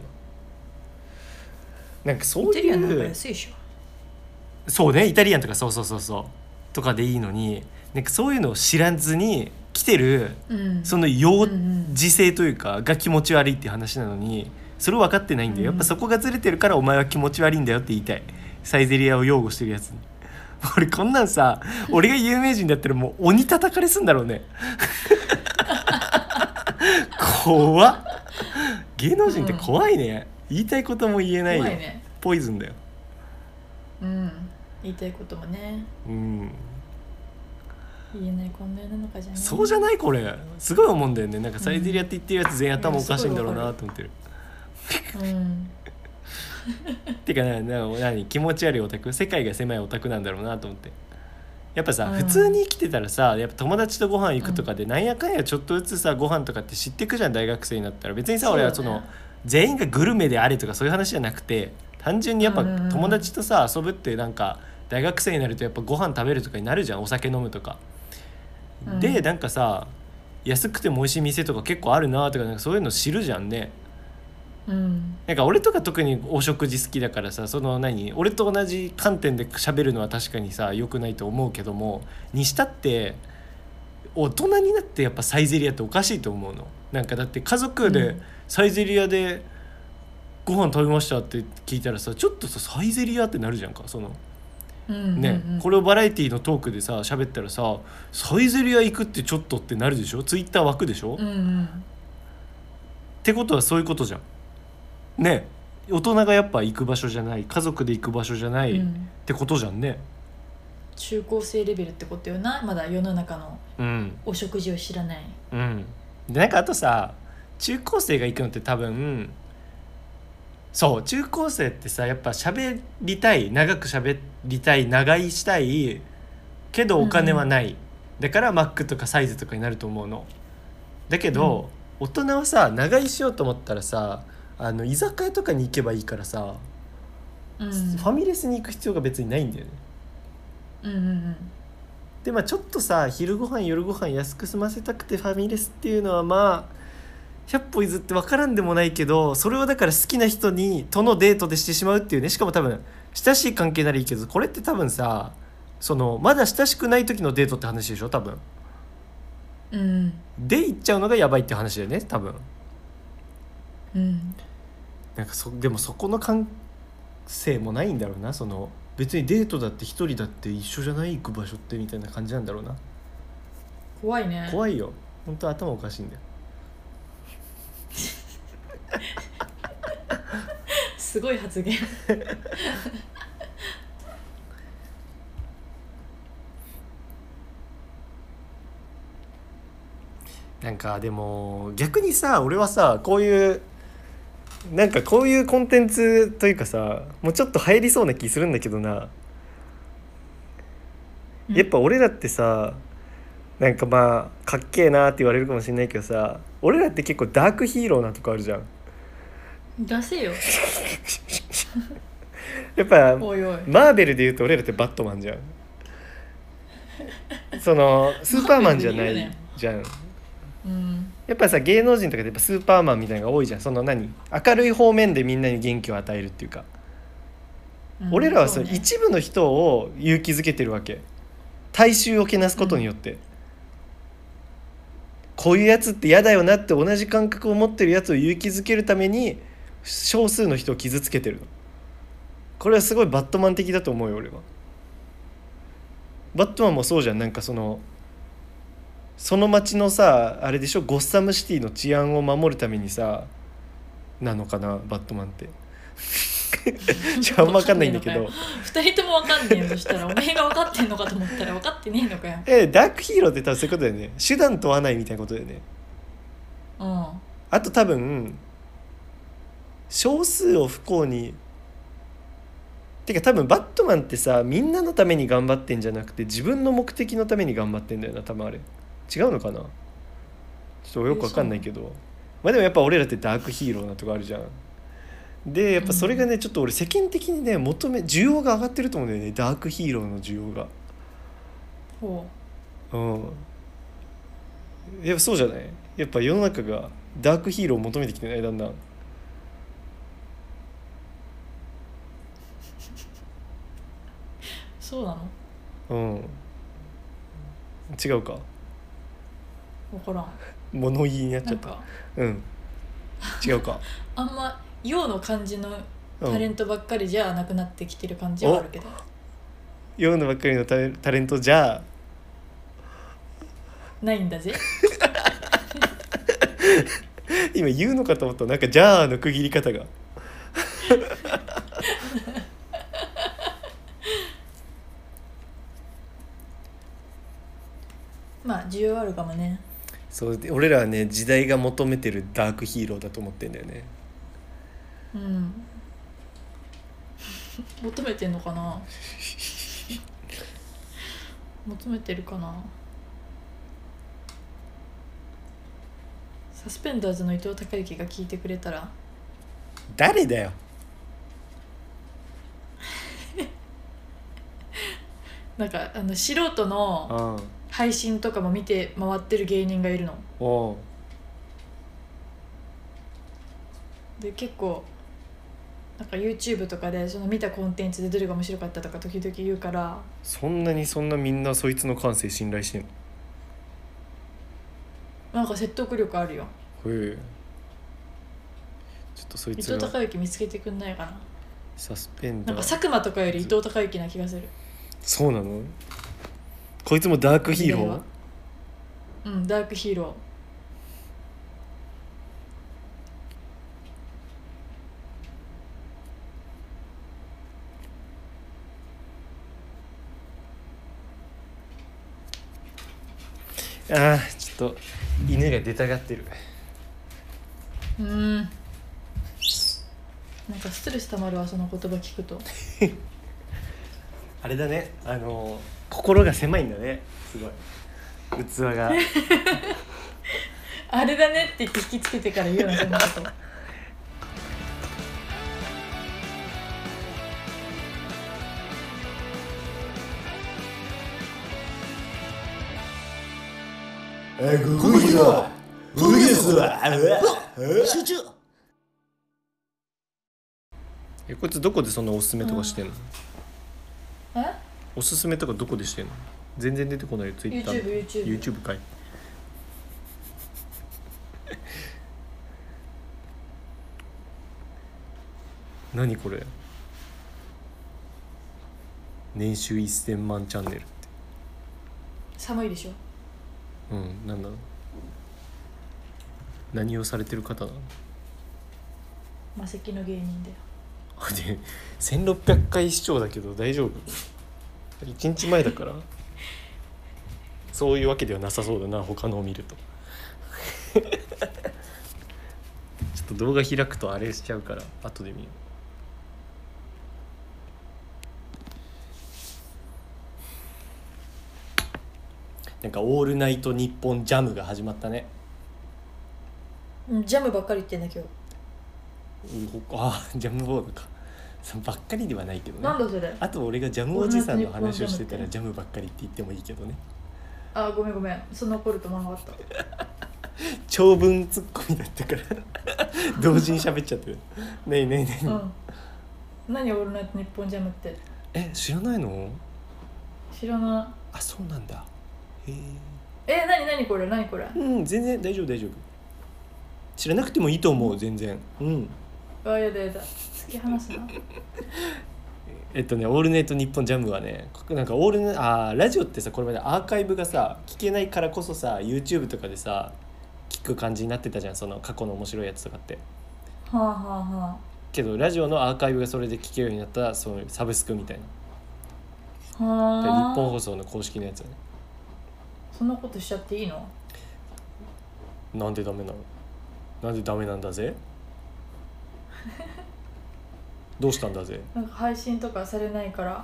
な。なんかそういうイタリアンの方が安いでしょ。 そうねイタリアンとかそうとかでいいのになんかそういうのを知らずに来てる、その幼児性というかが気持ち悪いっていう話なのにそれを分かってないんだよ。やっぱそこがずれてるからお前は気持ち悪いんだよって言いたいサイゼリヤを擁護してるやつに。俺こんなんさ俺が有名人だったらもう鬼叩かれすんだろうね怖っ芸能人って怖いね、言いたいことも言えないよ、 ね、 ポイズンだよ。 言いたいこともね言えない混迷なのかじゃない。 そうじゃないこれすごい思うんだよね。なんかサイゼリヤって言ってるやつ全員頭おかしいんだろうなと思ってるてか何気持ち悪いオタク世界が狭いオタクなんだろうなと思って。やっぱさ、普通に生きてたらさやっぱ友達とご飯行くとかで、なんやかんやちょっとずつさご飯とかって知ってくじゃん大学生になったら。別にさ、俺はその全員がグルメであれとかそういう話じゃなくて単純にやっぱ友達とさ遊ぶってなんか大学生になるとやっぱご飯食べるとかになるじゃんお酒飲むとか、でなんかさ安くても美味しい店とか結構あるなとか、なんかそういうの知るじゃんね。なんか俺とか特にお食事好きだからさその俺と同じ観点で喋るのは確かにさ良くないと思うけどもにしたって大人になってやっぱサイゼリヤっておかしいと思うの。なんかだって家族でサイゼリヤでご飯食べましたって聞いたらさちょっとさサイゼリヤってなるじゃんかそのね、これをバラエティのトークでさ喋ったらさサイゼリヤ行くってちょっとってなるでしょ。ツイッター湧くでしょ、ってことはそういうことじゃんね。大人がやっぱ行く場所じゃない家族で行く場所じゃない、ってことじゃんね。 中高生レベルってことよなまだ世の中のお食事を知らない、 でなんかあとさ中高生が行くのって多分そう中高生ってさやっぱ喋りたい長く喋りたい長居したいけどお金はない、だからマックとかサイズとかになると思うの。だけど、大人はさ長居しようと思ったらさ居酒屋とかに行けばいいからさ、ファミレスに行く必要が別にないんだよね。でちょっとさ昼ご飯夜ご飯安く済ませたくてファミレスっていうのはまあ100歩譲って分からんでもないけど、それをだから好きな人とのデートでしてしまうっていうね。しかも多分親しい関係ならいいけどこれって多分さそのまだ親しくない時のデートって話でしょ多分、で行っちゃうのがやばいって話だよね多分。なんかでもそこの感性もないんだろうな。その別にデートだって一人だって一緒じゃない行く場所ってみたいな感じなんだろうな。 怖いね。 怖いよ本当頭おかしいんだよすごい発言なんかでも逆にさ俺はさこういうなんかこういうコンテンツというかさもうちょっと流行りそうな気するんだけどな。やっぱ俺らってさなんかまあかっけえなって言われるかもしれないけどさ、俺らって結構ダークヒーローなとこあるじゃん。 出せよ。 やっぱおいおい。 マーベルで言うと俺らってバットマンじゃん。そのスーパーマンじゃないじゃん。 うん。 やっぱさ芸能人とかでやっぱスーパーマンみたいなのが多いじゃん。その何明るい方面でみんなに元気を与えるっていうか、俺らはそうね、 一部の人を勇気づけてるわけ。大衆をけなすことによって、こういうやつって嫌だよなって同じ感覚を持ってるやつを勇気づけるために少数の人を傷つけてるの。これはすごいバットマン的だと思うよ俺は。バットマンもそうじゃん。なんかその街のさあれでしょ、ゴッサムシティの治安を守るためにさなのかなバットマンってあんま分かんないんだけど 2人とも分かんねえよ。そしたらおめえが分かってんのかと思ったら分かってねえのかよ。 ダークヒーローって多分そういうことだよね。手段問わないみたいなことだよね。 うん。 あと多分少数を不幸にてか多分バットマンってさみんなのために頑張ってんじゃなくて自分の目的のために頑張ってんだよな多分。あれ違うのかな、ちょっとよく分かんないけど、まあでもやっぱ俺らってダークヒーローなとこあるじゃん。でやっぱそれがねちょっと俺世間的にね需要が上がってると思うんだよね、ダークヒーローの需要が。 ほうん、やっぱそうじゃない。やっぱ世の中がダークヒーローを求めてきてないだんだん。 そうなの？ うん違うか、 分からん。 物言いになっちゃった。 なんかうん違うかあんま陽の感じのタレントばっかりじゃなくなってきてる感じはあるけど、 読むのばっかりのタレントじゃないんだぜ。 今言うのかと思ったなんかじゃあの区切り方がまあ需要あるかもね。 そうで俺らはね時代が求めてるダークヒーローだと思ってんだよね。 うん求めてんのかな求めてるかな。サスペンダーズの伊藤孝之が聞いてくれたら。 誰だよ。 なんか素人のうん配信とかも見て回ってる芸人がいるのおうで、結構なんか YouTube とかでその見たコンテンツでどれが面白かったとか時々言うから。 そんなみんなそいつの感性信頼してんの。 なんか説得力あるよ。 へえちょっとそい伊つが藤孝之見つけてくんないかな。 サスペンダーなんか佐久間とかより伊藤孝之な気がする。 そうなの。こいつもダークヒーロー。 うんダークヒーロあーちょっと犬が出たがってる。 なんかストレスたまるわその言葉聞くと。 あれだね心が狭いんだねすごい器があれだねって言って引きつけてから言うのそんなこと。 ここいいぞ動きですわ集中。 こいつどこでそんなおすすめとかしてんの、 えおすすめとかどこでしてんの。全然出てこないよ Twitter YouTube かい。何これ年収1000万チャンネルって。 寒いでしょ。 うんなんだろう何をされてる方なの。 魔石の芸人だよ。 で1600回視聴だけど大丈夫？1日前だからそういうわけではなさそうだな他のを見るとちょっと動画開くとあれしちゃうから後で見よう。 なんかオールナイトニッポンジャムが始まったね。 ジャムばっかり言ってんだ今ジャムボードか。そのばっかりではないけどね。 日。なんだそれ。 あと俺がジャムおじさんの話をしてたらジャムばっかりって言ってもいいけどね。 あ、ごめんごめん、そんな怒ると思わなかった。 長文ツッコミだったから同時に喋っちゃってる。ねえねえねえ、 うん。何オールナイトニッポンジャムって。 知らないの？ 知らなあ、そうなんだ。へい。何これ何これ。 全然大丈夫大丈夫。知らなくてもいいと思う全然。 あ、やだやだ、突き放すな。 オールナイトニッポンジャムはね、なんかラジオってさ、これまでアーカイブがさ聞けないからこそさ YouTube とかでさ聞く感じになってたじゃん、その過去の面白いやつとかって。 はあはあはあ。 けどラジオのアーカイブがそれで聞けるようになったそのサブスクみたいな。 はあ。 日本放送の公式のやつだね。 そんなことしちゃっていいの？ なんでダメなの？なんでダメなんだぜどうしたんだぜ。 なんか配信とかされないから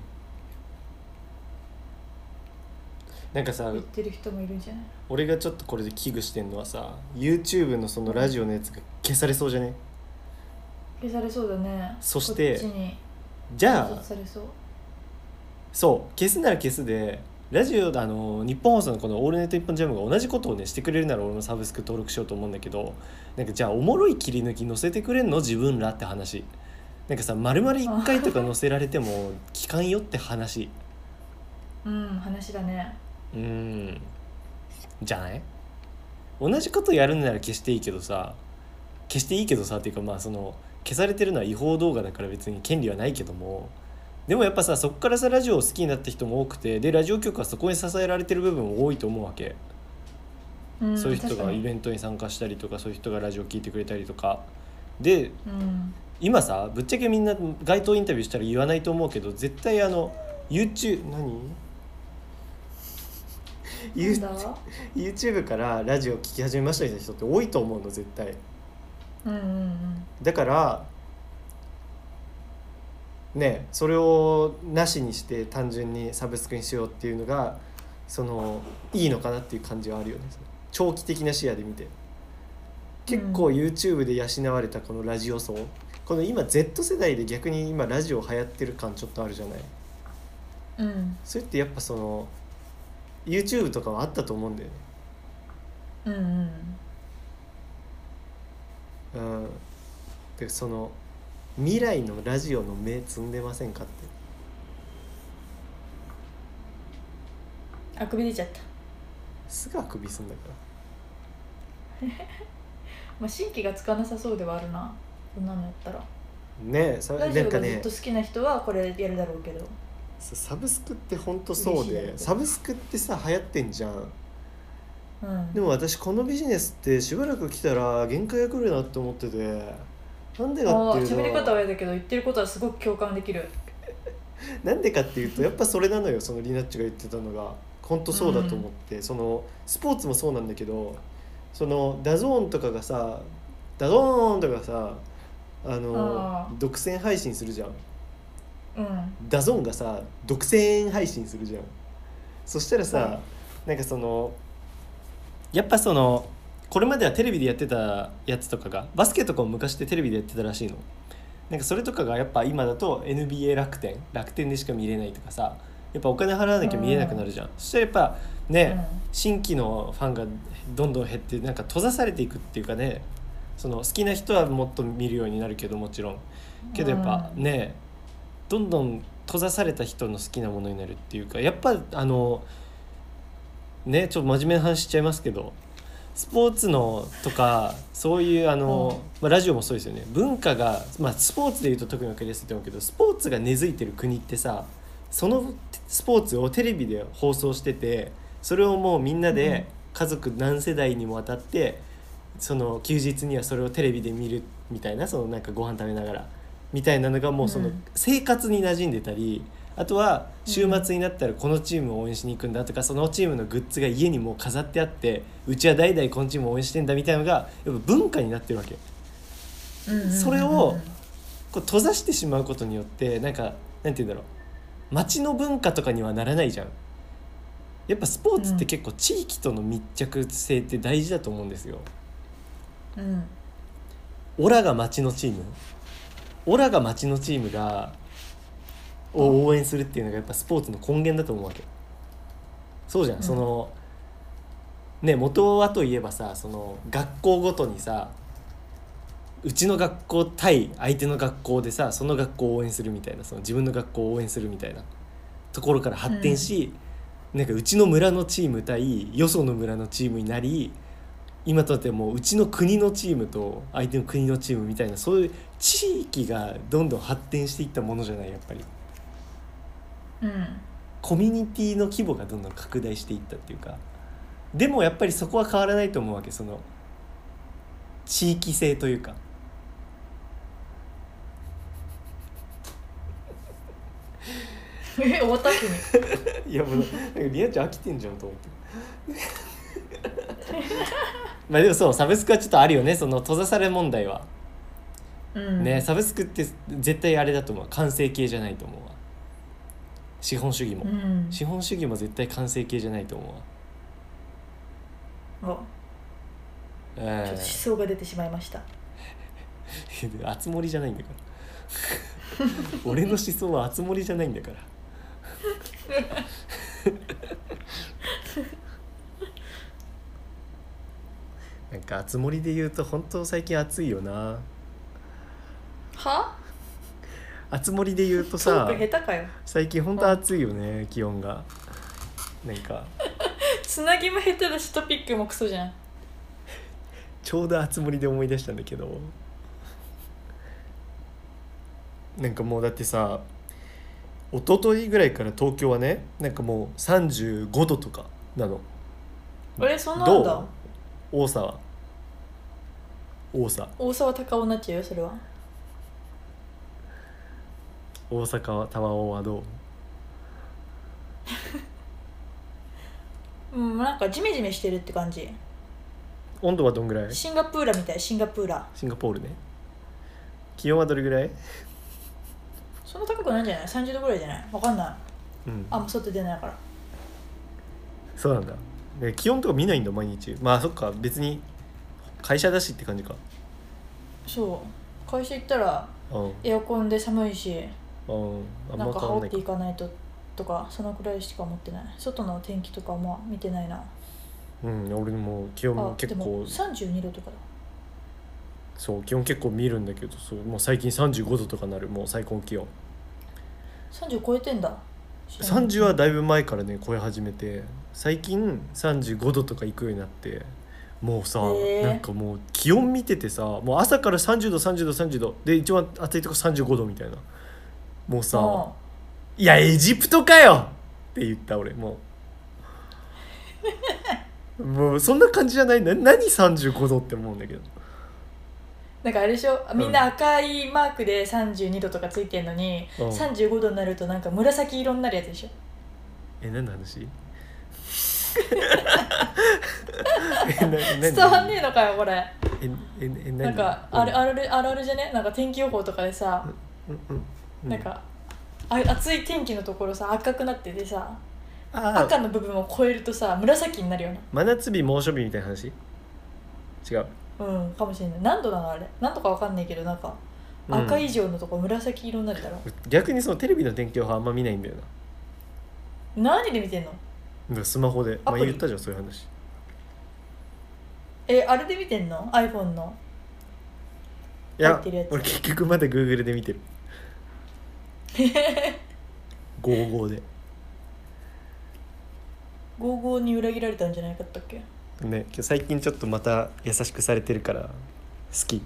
なんかさ言ってる人もいるんじゃないの？ 俺がちょっとこれで危惧してんのはさ YouTube のそのラジオのやつが消されそうじゃね？ 消されそうだね。 そしてこっちにじゃあ印刷されそう。 そう消すなら消すで、ラジオ日本放送のこの「オールナイトニッポンジャム」が同じことをねしてくれるなら俺もサブスク登録しようと思うんだけど、なんかじゃあおもろい切り抜き載せてくれんの自分らって話。なんかさ丸々1回とか載せられても聞かんよって話。 話だね。 じゃない？同じことやるんなら消していいけどさっていうか、まあその消されてるのは違法動画だから別に権利はないけども、でもやっぱさそっからさラジオを好きになった人も多くて、でラジオ局はそこに支えられてる部分も多いと思うわけ。そういう人がイベントに参加したりとか、そういう人がラジオ聞いてくれたりとかで、今さぶっちゃけみんな街頭インタビューしたら言わないと思うけど、絶対YouTube からラジオ聞き始めましたみたいな人って多いと思うの絶対。だからね、それをなしにして単純にサブスクにしようっていうのがいいのかなっていう感じはあるよね。長期的な視野で見て結構 YouTube で養われたこのラジオ層、この今 Z 世代で逆に今ラジオ流行ってる感ちょっとあるじゃない。それってやっぱYouTube とかはあったと思うんだよね。で未来のラジオの芽摘んでませんかって。 あくび出ちゃった。 すぐあくびすんだからまあ新規がつかなさそうではあるな、こんなのやったらね。 ラジオがずっと好きな人はこれやるだろうけど、 サブスクってほんとそうで、サブスクってさ流行ってんじゃん。でも私このビジネスってしばらく来たら限界が来るなって思ってて、なんでかっていうと、 喋り方は嫌だけど言ってることはすごく共感できる。 なんでかっていうとやっぱそれなのよ。そのリナッチが言ってたのが本当そうだと思って、スポーツもそうなんだけど、ダゾーンとかさ独占配信するじゃん。ダゾーンがさ独占配信するじゃん。そしたらさ、なんかやっぱこれまではテレビでやってたやつとかが、バスケとかも昔ってテレビでやってたらしいの。なんかそれとかがやっぱ今だと NBA 楽天でしか見れないとかさ、やっぱお金払わなきゃ見えなくなるじゃん。そしたらやっぱね、新規のファンがどんどん減って、なんか閉ざされていくっていうかね、好きな人はもっと見るようになるけどもちろんけどやっぱね、どんどん閉ざされた人の好きなものになるっていうか、やっぱちょっと真面目な話しちゃいますけど、スポーツのとかそういうラジオもそうですよね。文化が、スポーツでいうと特に分かりやすいと思うけど、スポーツが根付いてる国ってさ、そのスポーツをテレビで放送してて、それをもうみんなで家族何世代にもわたって休日にはそれをテレビで見るみたいな、なんかご飯食べながらみたいなのがもう生活に馴染んでたり、あとは週末になったらこのチームを応援しに行くんだとか、そのチームのグッズが家にもう飾ってあって、うちは代々このチームを応援してんだみたいなのがやっぱ文化になってるわけ。それをこう閉ざしてしまうことによって、なんて言うんだろう、街の文化とかにはならないじゃん。 やっぱスポーツって結構地域との密着性って大事だと思うんですよ。 うんオラが町のチームがを応援するっていうのがやっぱスポーツの根源だと思うわけ。そうじゃん、そのね、元はといえばさ、その学校ごとにさ、うちの学校対相手の学校でさ、その学校を応援するみたいな、その自分の学校を応援するみたいなところから発展し、なんかうちの村のチーム対よその村のチームになり、今となってはもううちの国のチームと相手の国のチームみたいな、そういう地域がどんどん発展していったものじゃない、やっぱりコミュニティの規模がどんどん拡大していったっていうか。でもやっぱりそこは変わらないと思うわけ、その地域性というか。 終わったっけいやもうなんかリアちゃん飽きてんじゃんと思ってまあでもそう、サブスクはちょっとあるよね、その閉ざされ問題は、ね。サブスクって絶対あれだと思う、完成形じゃないと思うわ。資本主義も、資本主義も絶対完成形じゃないと思うわ。 ちょっと思想が出てしまいました。 あつ森じゃないんだから俺の思想はあつ森じゃないんだからなんかあつ森で言うと本当最近暑いよな。 は？ あつ森で言うとさ、 トーク下手かよ。 最近本当暑いよね、気温が。なんかつなぎも下手だしトピックもクソじゃん。 ちょうどあつ森で思い出したんだけど、なんかもうだってさ、一昨日ぐらいから東京はね、なんかもう35度とかなの。 そんなんだ。 どう？大沢たかおになっちゃうよそれは。 大阪はタワオはどうなんかジメジメしてるって感じ。 温度はどんぐらい？ シンガポーラみたい。シンガポールね。 気温はどれぐらい？ そんな高くないんじゃない？ 30 度ぐらいじゃない？わかんない。もう外出ないから。 そうなんだ。気温とか見ないんだ毎日。まあそっか、別に会社だしって感じか。 そう会社行ったらエアコンで寒いし、なんか羽織っていかないととか、そのくらいしか思ってない。外の天気とかも見てないな。 俺も気温結構。でも 32度とかだ。 そう気温結構見るんだけど、そうもう最近35度とかなる。もう最高気温 30超えてんだ。 30はだいぶ前からね超え始めて、最近35度とか行くようになって、もうさ、なんかもう気温見ててさ、もう朝から30度30度30度で、一番暑いとこ35度みたいな。もうさ、いやエジプトかよって言った俺。もうそんな感じじゃない。何35度って思うんだけど。 なんかあれでしょ、みんな赤いマークで32度とかついてんのに、35度になるとなんか紫色になるやつでしょ。 何の話？ 伝わんねえのかよこれ。なんかあるじゃね、なんか天気予報とかでさ、なんか暑い天気のところさ赤くなっててさ、赤の部分を超えるとさ紫になるような。 真夏日猛暑日みたいな話？違う。 かもしれない。何度なのあれ、何とかわかんないけど、なんか赤以上のとこ紫色になったら、 逆にそのテレビの天気予報あんま見ないんだよな。何で見てんの？ スマホで。前言ったじゃんそういう話。 あれで見てんの？ iPhone の。 いや俺結局まだ Google で見てる55で。 55に裏切られたんじゃないかったっけね。最近ちょっとまた優しくされてるから好き。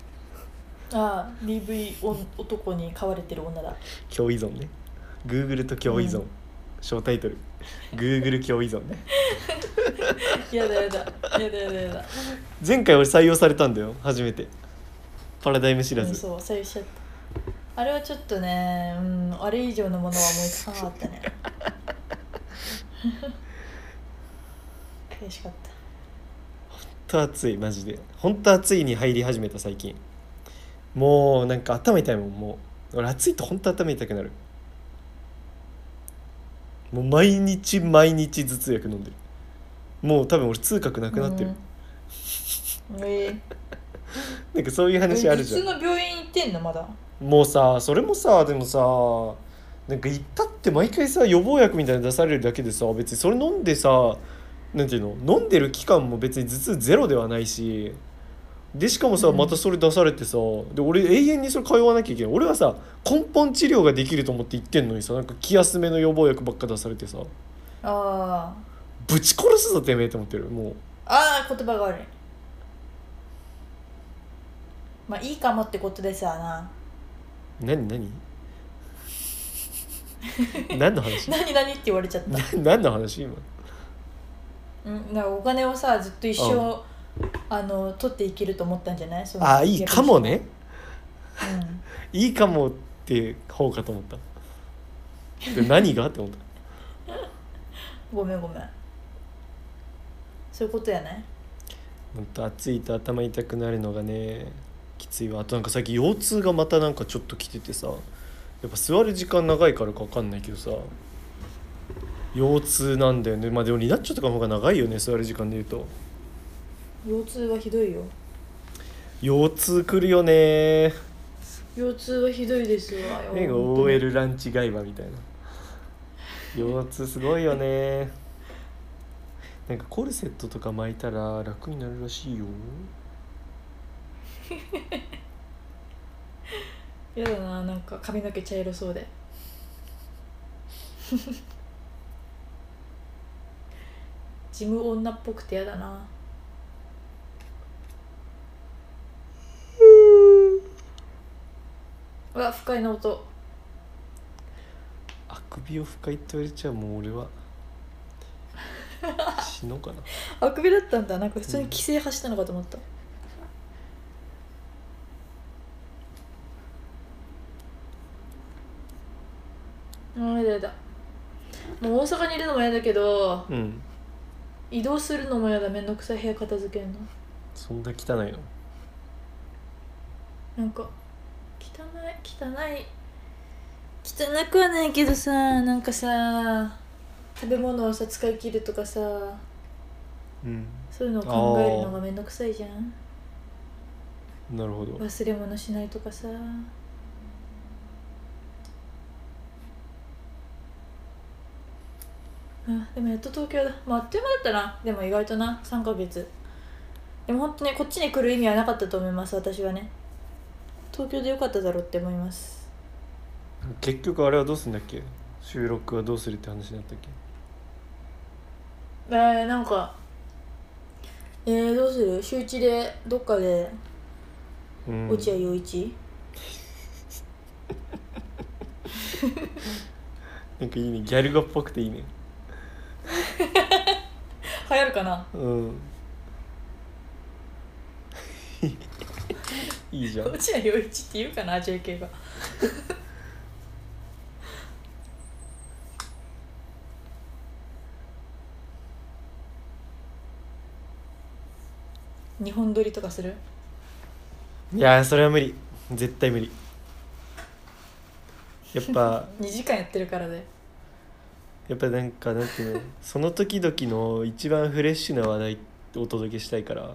DV 男に飼われてる女だ。 共依存ね。 Google と共依存、小タイトル Google 共依存ね。 やだ前回俺採用されたんだよ初めて。パラダイム知らず。 そう採用しちゃった。あれはちょっとね、あれ以上のものは思いつかなかったね。悔しかった。 本当暑い、マジで本当暑いに入り始めた最近。もうなんか頭痛いもん。もう俺暑いと本当頭痛くなる。 もう毎日毎日頭痛薬飲んでる。もう多分俺痛覚なくなってる、なんかそういう話あるじゃん。 頭痛の病院行ってんのまだ。 もうさそれもさでもさなんか行ったって毎回さ予防薬みたいなの出されるだけでさ別にそれ飲んでさなんていうの飲んでる期間も別に頭痛ゼロではないしでしかもさまたそれ出されてさで俺永遠にそれ通わなきゃいけない。俺はさ根本治療ができると思って行ってんのにさなんか気休めの予防薬ばっか出されてさあぶち殺すぞてめえって思ってる。もうあ言葉が悪い。まあいいかもってことでさな。 何何の話何って言われちゃった。 何の話今。 なんかお金をさずっと一生取っていけると思ったんじゃない。 あいいかもね、 いいかもって方かと思った。で何がって思った。 ごめんそういうことやね。 ほんと暑いと頭痛くなるのがねきついわ。あとなんか最近腰痛がまたなんかちょっときててさやっぱ座る時間長いからか分かんないけどさ腰痛なんだよね。まあでもリナッチョとかの方が長いよね座る時間で言うと。 腰痛はひどいよ。 腰痛くるよね。 腰痛はひどいですわよ。 なんか OL ランチ外話みたいな。腰痛すごいよね。なんかコルセットとか巻いたら楽になるらしいよ。 やだな、なんか髪の毛茶色そうで。ジム女っぽくてやだな。うわ不快な音。 あくびを不快って言われちゃう。もう俺は死のうかな。 あくびだったんだ。なんか普通に規制走ったのかと思った、やだもう大阪にいるのも嫌だけど、移動するのも嫌だ。めんどくさい。部屋片付けんの。 そんな汚いの。 なんか汚くはないけどさ、なんかさ食べ物をさ使い切るとかさ、そういうのを考えるのがめんどくさいじゃん。 なるほど。 忘れ物しないとかさ。でもやっと東京だ。あっという間だったな。でも意外とな3ヶ月。でも本当にこっちに来る意味はなかったと思います。私はね東京でよかっただろうって思います。 結局あれはどうするんだっけ。収録はどうするって話になったっけ。 なんかどうする。週1でどっかで落合陽一なんかいいね。ギャル語っぽくていいね。 流行るかな。 いいじゃん。 落合陽一って言うかな JK が。日本撮りとかする。 いやそれは無理。絶対無理。やっぱ 2時間やってるからで。 やっぱなんかなんていうのその時々の一番フレッシュな話題をお届けしたいから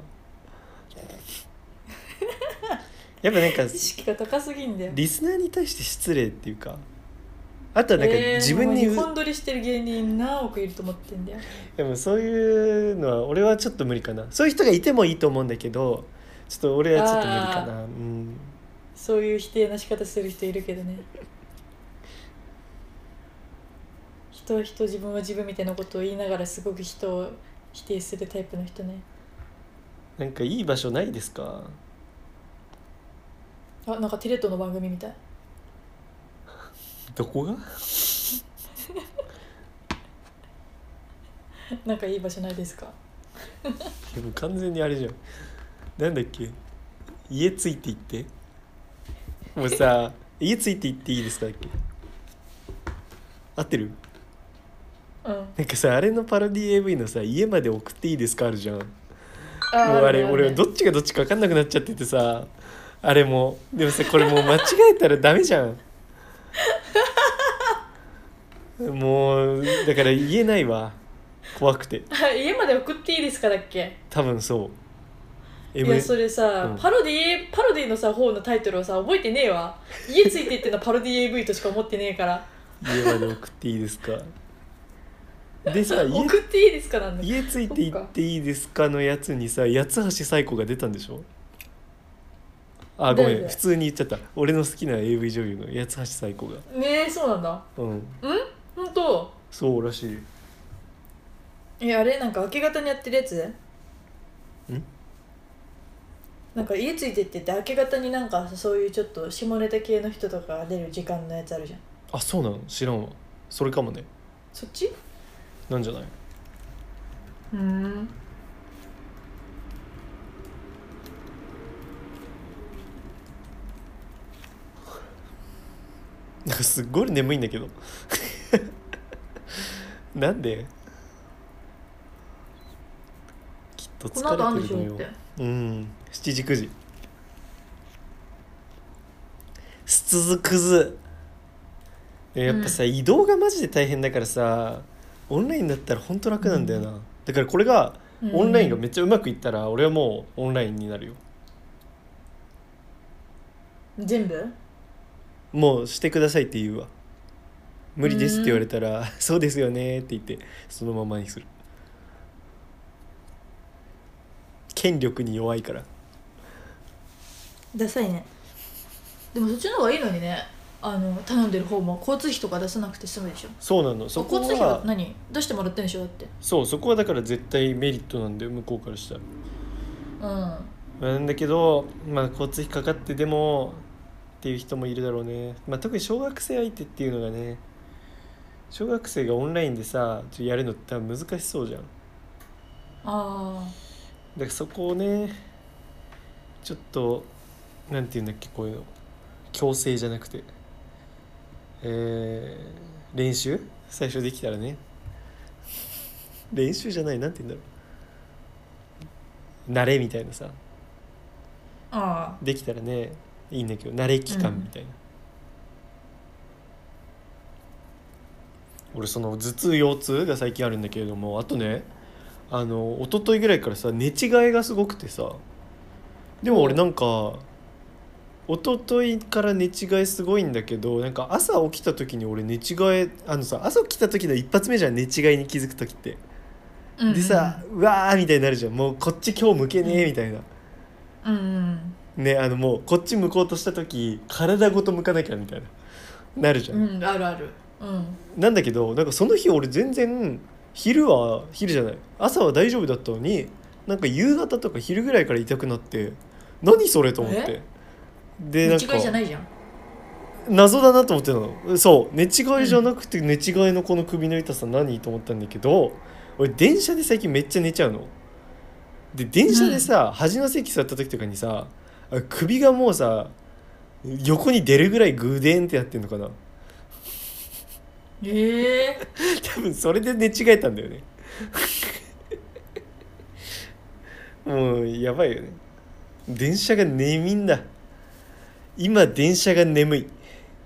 やっぱなんか意識が高すぎんだよ。 リスナーに対して失礼っていうか、あとはなんか自分に、 日本撮りしてる芸人何億いると思ってんだよ。 でもそういうのは俺はちょっと無理かな。そういう人がいてもいいと思うんだけどちょっと俺はちょっと無理かな。 そういう否定の仕方する人いるけどね。人は人、自分は自分みたいなことを言いながらすごく人を否定するタイプの人ね。 なんかいい場所ないですか。 なんかテレ東の番組みたい。 どこがなんかいい場所ないですか。 でも完全にあれじゃん。なんだっけ、家ついて行ってもうさ家ついて行っていいですかだっけ。合ってる。なんかさあれのパロディ AV のさ家まで送っていいですかあるじゃん。もうあれ俺どっちがどっちか分かんなくなっちゃっててさ、あれもでもさこれもう間違えたらダメじゃん。 もうだから言えないわ、怖くて。 家まで送っていいですかだっけ。 多分そう。 いやそれさ、 うん、 パロディのさ方のタイトルをさ覚えてねえわ。家ついてってのパロディ AV としか思ってねえから。 家まで送っていいですかでさ、 送っていいですかなんだ。 家ついて行っていいですかのやつにさ、八つ橋サイコが出たんでしょ。あ、ごめん、普通に言っちゃった。俺の好きな AV 女優の八つ橋サイコが。 ねえ、そうなんだ。本当。 そうらしい。 あれなんか明け方にやってるやつ。なんか家ついてって明け方になんかそういうちょっと下ネタ系の人とかが出る時間のやつあるじゃん。 あ、そうなの、知らんわ。それかもね。 そっちなんじゃない。なんかすっごい眠いんだけどなんで。きっと疲れてるのよ。7時9時続くず。やっぱさ、移動がマジで大変だからさ、オンラインだったらほんと楽なんだよな、だからこれがオンラインがめっちゃうまくいったら俺はもうオンラインになるよ。 全部もうしてくださいって言うわ。無理ですって言われたらそうですよねって言ってそのままにする。権力に弱いから。 ダサいね。でもそっちの方がいいのにね。頼んでる方も交通費とか出さなくて済むでしょ。 そうなの。そこは交通費は何出してもらってんでしょだって。 そう、そこはだから絶対メリットなんだよ、向こうからしたら。なんだけど、まあ交通費かかってでもっていう人もいるだろうね。まあ特に小学生相手っていうのがね、小学生がオンラインでさやるのって多分難しそうじゃん。だからそこをね、ちょっとなんていうんだっけ、こういうの強制じゃなくて練習最初できたらね。練習じゃない、なんて言うんだろう、慣れみたいなさ、できたらねいいんだけど、慣れ期間みたいな、俺その頭痛腰痛が最近あるんだけれども、あとね一昨日ぐらいからさ寝違いがすごくてさ。でも俺なんか一昨日から寝違いすごいんだけど、なんか朝起きた時に俺寝違い朝起きた時の一発目じゃん、寝違いに気づく時って。でさ、うわーみたいになるじゃん、もうこっち今日向けねえみたいな、ね、もうこっち向こうとした時体ごと向かなきゃみたいなるじゃん。 あるある。 なんだけど、なんかその日俺全然昼じゃない、朝は大丈夫だったのに、なんか夕方とか昼ぐらいから痛くなって、何それと思って。でなんか寝違いじゃないじゃん、謎だなと思ってたの。そう、寝違いじゃなくて、寝違いのこの首の痛さ何と思ったんだけど、俺電車で最近めっちゃ寝ちゃうので、電車でさ、端の席座った時とかにさ、首がもうさ横に出るぐらいグデンってやってんのかな。多分それで寝違えたんだよねもうやばいよね。電車が眠いんだ今。電車が眠い。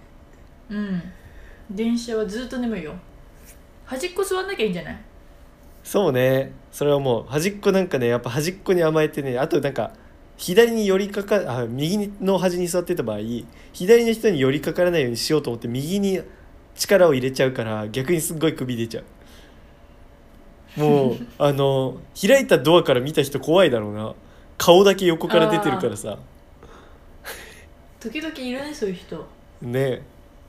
電車はずっと眠いよ。端っこ座んなきゃいいんじゃない。 そうね、それはもう端っこなんかね、やっぱ端っこに甘えてね、あとなんか左に寄りかか右の端に座ってた場合、左の人に寄りかからないようにしようと思って右に力を入れちゃうから、逆にすっごい首出ちゃう。もう開いたドアから見た人怖いだろうな、顔だけ横から出てるからさ。 時々いるねそういう人ね。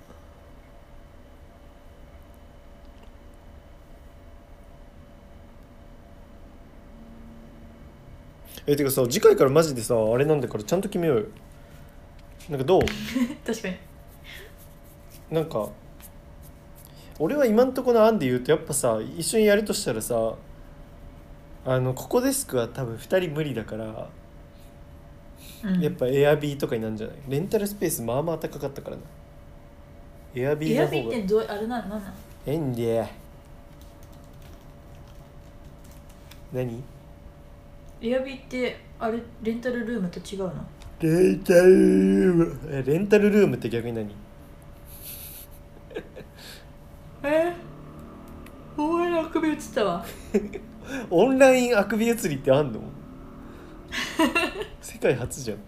てかさ、次回からマジでさあれなんだからちゃんと決めようよ。なんかどう確かに。 なんか俺は今んとこの案で言うと、やっぱさ一緒にやるとしたらさ、ここデスクは多分2人無理だから、やっぱエアビーとかになるんじゃない。レンタルスペースまあまあ高かったからな。エアビーの方が。エアビーってあれなんなんえんで何。 エアビーってあれレンタルルームと違うの。 レンタルルーム。レンタルルームって逆に何お前のあくび映ったわ。 オンラインあくび映りってあんの？世界初じゃん。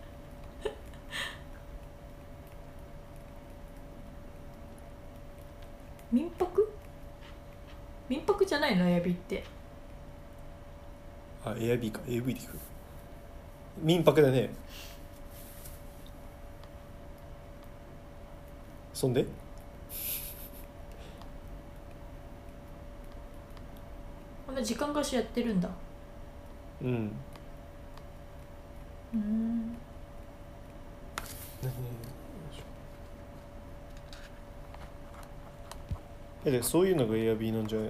民泊？民泊じゃないのエアビーって。 あ、エアビーか。 AV で聞く。民泊だね。そんでこんな時間貸しやってるんだ。 うん。でそういうのがエアビーなんじゃないの？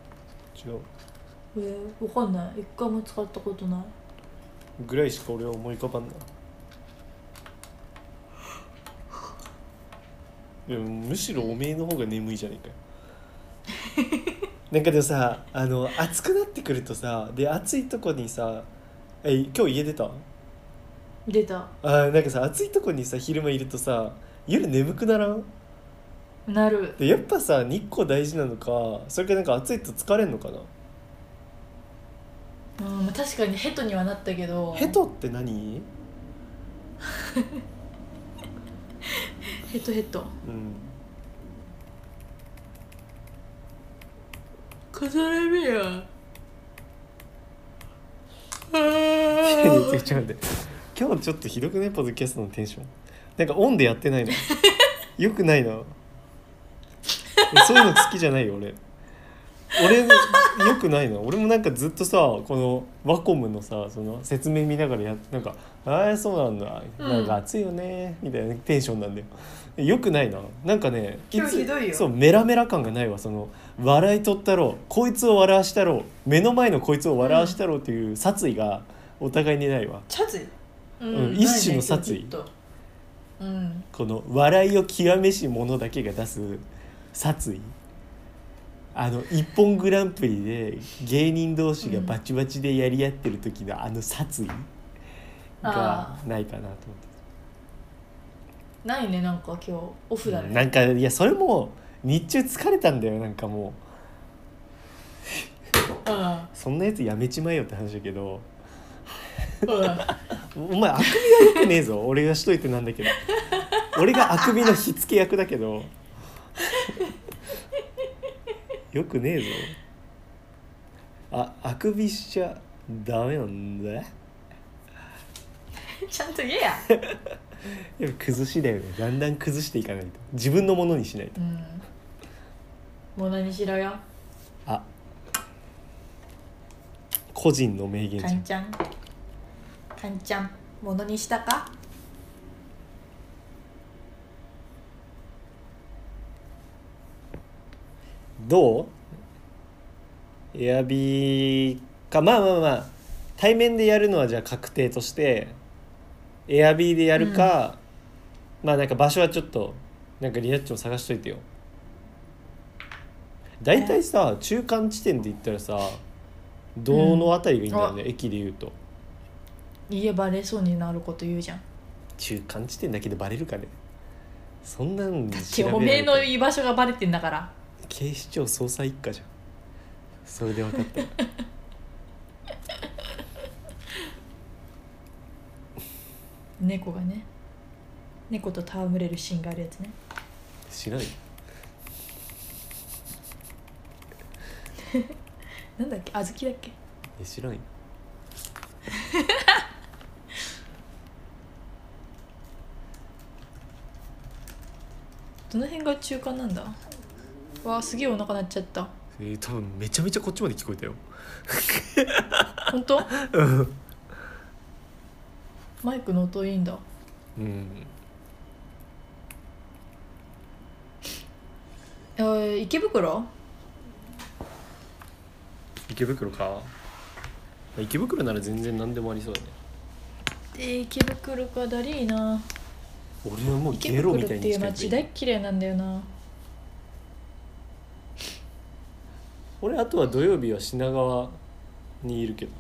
違う。 わかんない。一回も使ったことないぐらいしか俺は思い浮かばんな。でもむしろおめえの方が眠いじゃねえかよ。なんかでもさ、暑くなってくるとさ、で暑いとこにさ、今日家出た？ 出た。 なんかさ、暑いとこにさ昼間いるとさ、夜眠くならん？ なる。 でやっぱさ、日光大事なのか、それかなんか暑いと疲れんのかな。 確かにヘトにはなったけど。 ヘトって何？ ヘトヘト。重ね目や。 ちょっと待って、今日ちょっとひどくね、ポッドキャストのテンション。なんかオンでやってないの。よくないな。そういうの好きじゃないよ俺よくないな。俺もなんかずっとさ、このワコムのさ、その説明見ながらなんかそうなんだ、なんか暑いよねみたいなテンションなんだよ。よくないな。なんかね、 今日ひどいよ。 そう、メラメラ感がないわ。その笑い取ったろう、こいつを笑わしたろう、目の前のこいつを笑わしたろうっていう殺意がお互いにないわ。 殺意？ 一種の殺意。この笑いを極めし者だけが出す殺意。一本グランプリで芸人同士がバチバチでやり合ってる時の殺意がないかなと思って。 ないね。なんか今日オフだね。 なんかいや、それも日中疲れたんだよ。なんかもうそんなやつやめちまえよって話だけど、お前あくびはよくねえぞ。俺がしといてなんだけど、俺があくびの火付け役だけどよくねえぞ。あくびしちゃダメなんだ。 ちゃんと言えや。 やっぱ崩しだよね。だんだん崩していかないと、自分のものにしないと。 ものにしろよ。 個人の名言じゃん。 かんちゃんものにしたか？ どう？エアビーか。まあ対面でやるのはじゃあ確定として、エアビーでやるか、なんか場所はちょっとなんかリナッチも探しといてよ。だいたいさ、中間地点で言ったらさ、どのあたりがいいんだよね、駅で言うと。 家バレそうになること言うじゃん。 中間地点だけでバレるかね。そんなんだっておめえの居場所がバレてんだから。 警視庁捜査一課じゃん。それで分かった猫がね、猫と戯れるシーンがあるやつね。 知らない。 なんだっけ、小豆だっけ。 知らない。 どの辺が中間なんだ。わあ、すげえお腹鳴っちゃった。 多分めちゃめちゃこっちまで聞こえたよ。 本当？マイクの音いいんだ。池袋か。池袋なら全然何でもありそうだね。 池袋かだりーな。 俺はもうゲロみたいに近い。池袋っていう街大綺麗なんだよな。 俺あとは土曜日は品川にいるけど。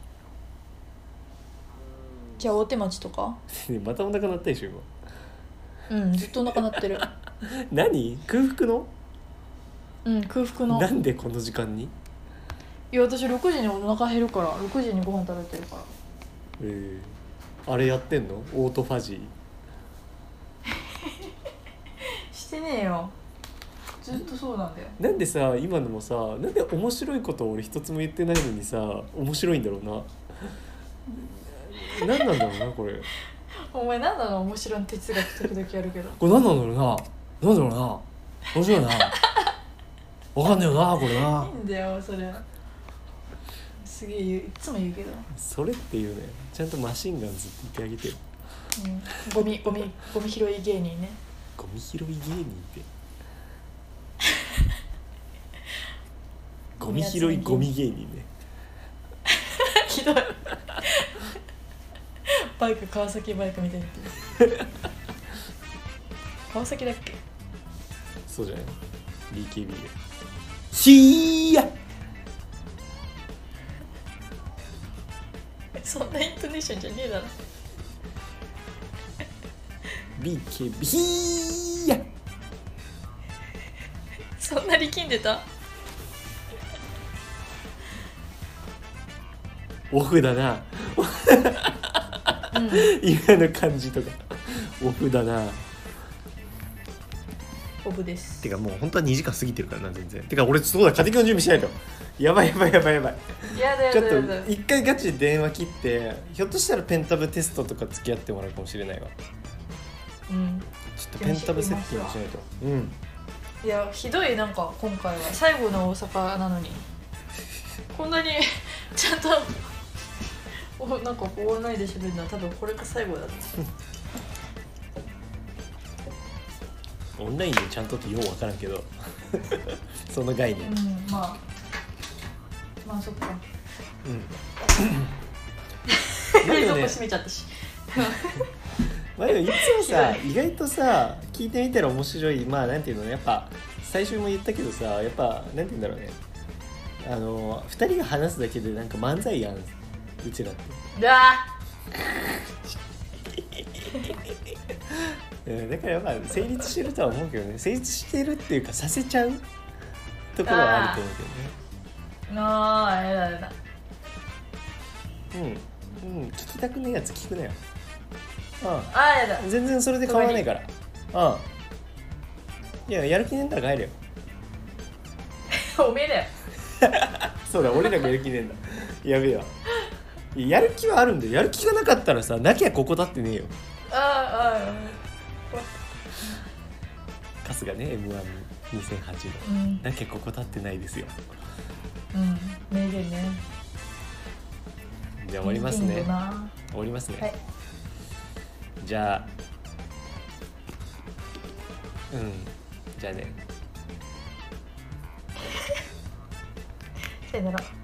じゃあ大手町とか。 またお腹鳴ったでしょ今。ずっとお腹鳴ってる。 何？空腹の？ うん空腹の。 なんでこの時間に？ いや私6時にお腹減るから6時にご飯食べてるから。 あれやってんの？オートファジーしてねえよ、ずっとそうなんだよ。 なんでさ今のもさ、なんで面白いことを俺一つも言ってないのにさ面白いんだろうな。何なんだろうなこれ。 お前何なの？面白い哲学時々やるけどこれ何なんだろうな。なんだろうな。面白いな。わかんないよなこれな。 いいんだよそれ。すげえいつも言うけど。 それっていうね、ちゃんとマシンガンズって言ってあげてよ。 ゴミ拾い芸人ね。 ゴミ拾い芸人ってゴミ拾いゴミ芸人ね。 ひどいバイク川崎バイクみたいに川崎だっけ？ そうじゃない BKB でひーやそんなイントネーションじゃねえだろ。 BKB ひーやそんな力んでた？ オフだな、うん、今の感じとかオフだな。 オフです。 てかもう本当は2時間過ぎてるからな全然。てか俺そうだ家庭教の準備しないと。やばいやばいやばいやばい。 やだちょっと一回ガチで電話切ってひょっとしたらペンタブテストとか付き合ってもらうかもしれないわ。 うん。 ちょっとペンタブセッティングしないと。うん。 いやひどいなんか今回は最後の大阪なのにこんなにちゃんとなんかオンラインで喋るのは多分これが最後だった。 オンラインでちゃんとってよう分からんけどその概念。 まあそっか。冷蔵庫閉めちゃったし。 まあでもいつもさ意外とさ聞いてみたら面白い。まあなんていうのやっぱ最初も言ったけどさやっぱなんていうんだろうね、2人が話すだけでなんか漫才やんうちらって。だからやっぱ成立してるとは思うけどね。成立してるっていうかさせちゃうところはあると思うけどね。 やだ聞きたくねえやつ聞くなよ。 やだ全然それで変わらないから。いややる気ねえんだら帰れよ。 おめえだよそうだ俺らがやる気ねえんだ。やべえわ。やる気はあるんだよ。やる気がなかったらさなきゃここだってねえよ。春日ね M12008 の、なきゃここ立ってないですよ。 名言ね。 じゃあ終わりますね。終わりますね、はい、じゃあじゃあねさよなら。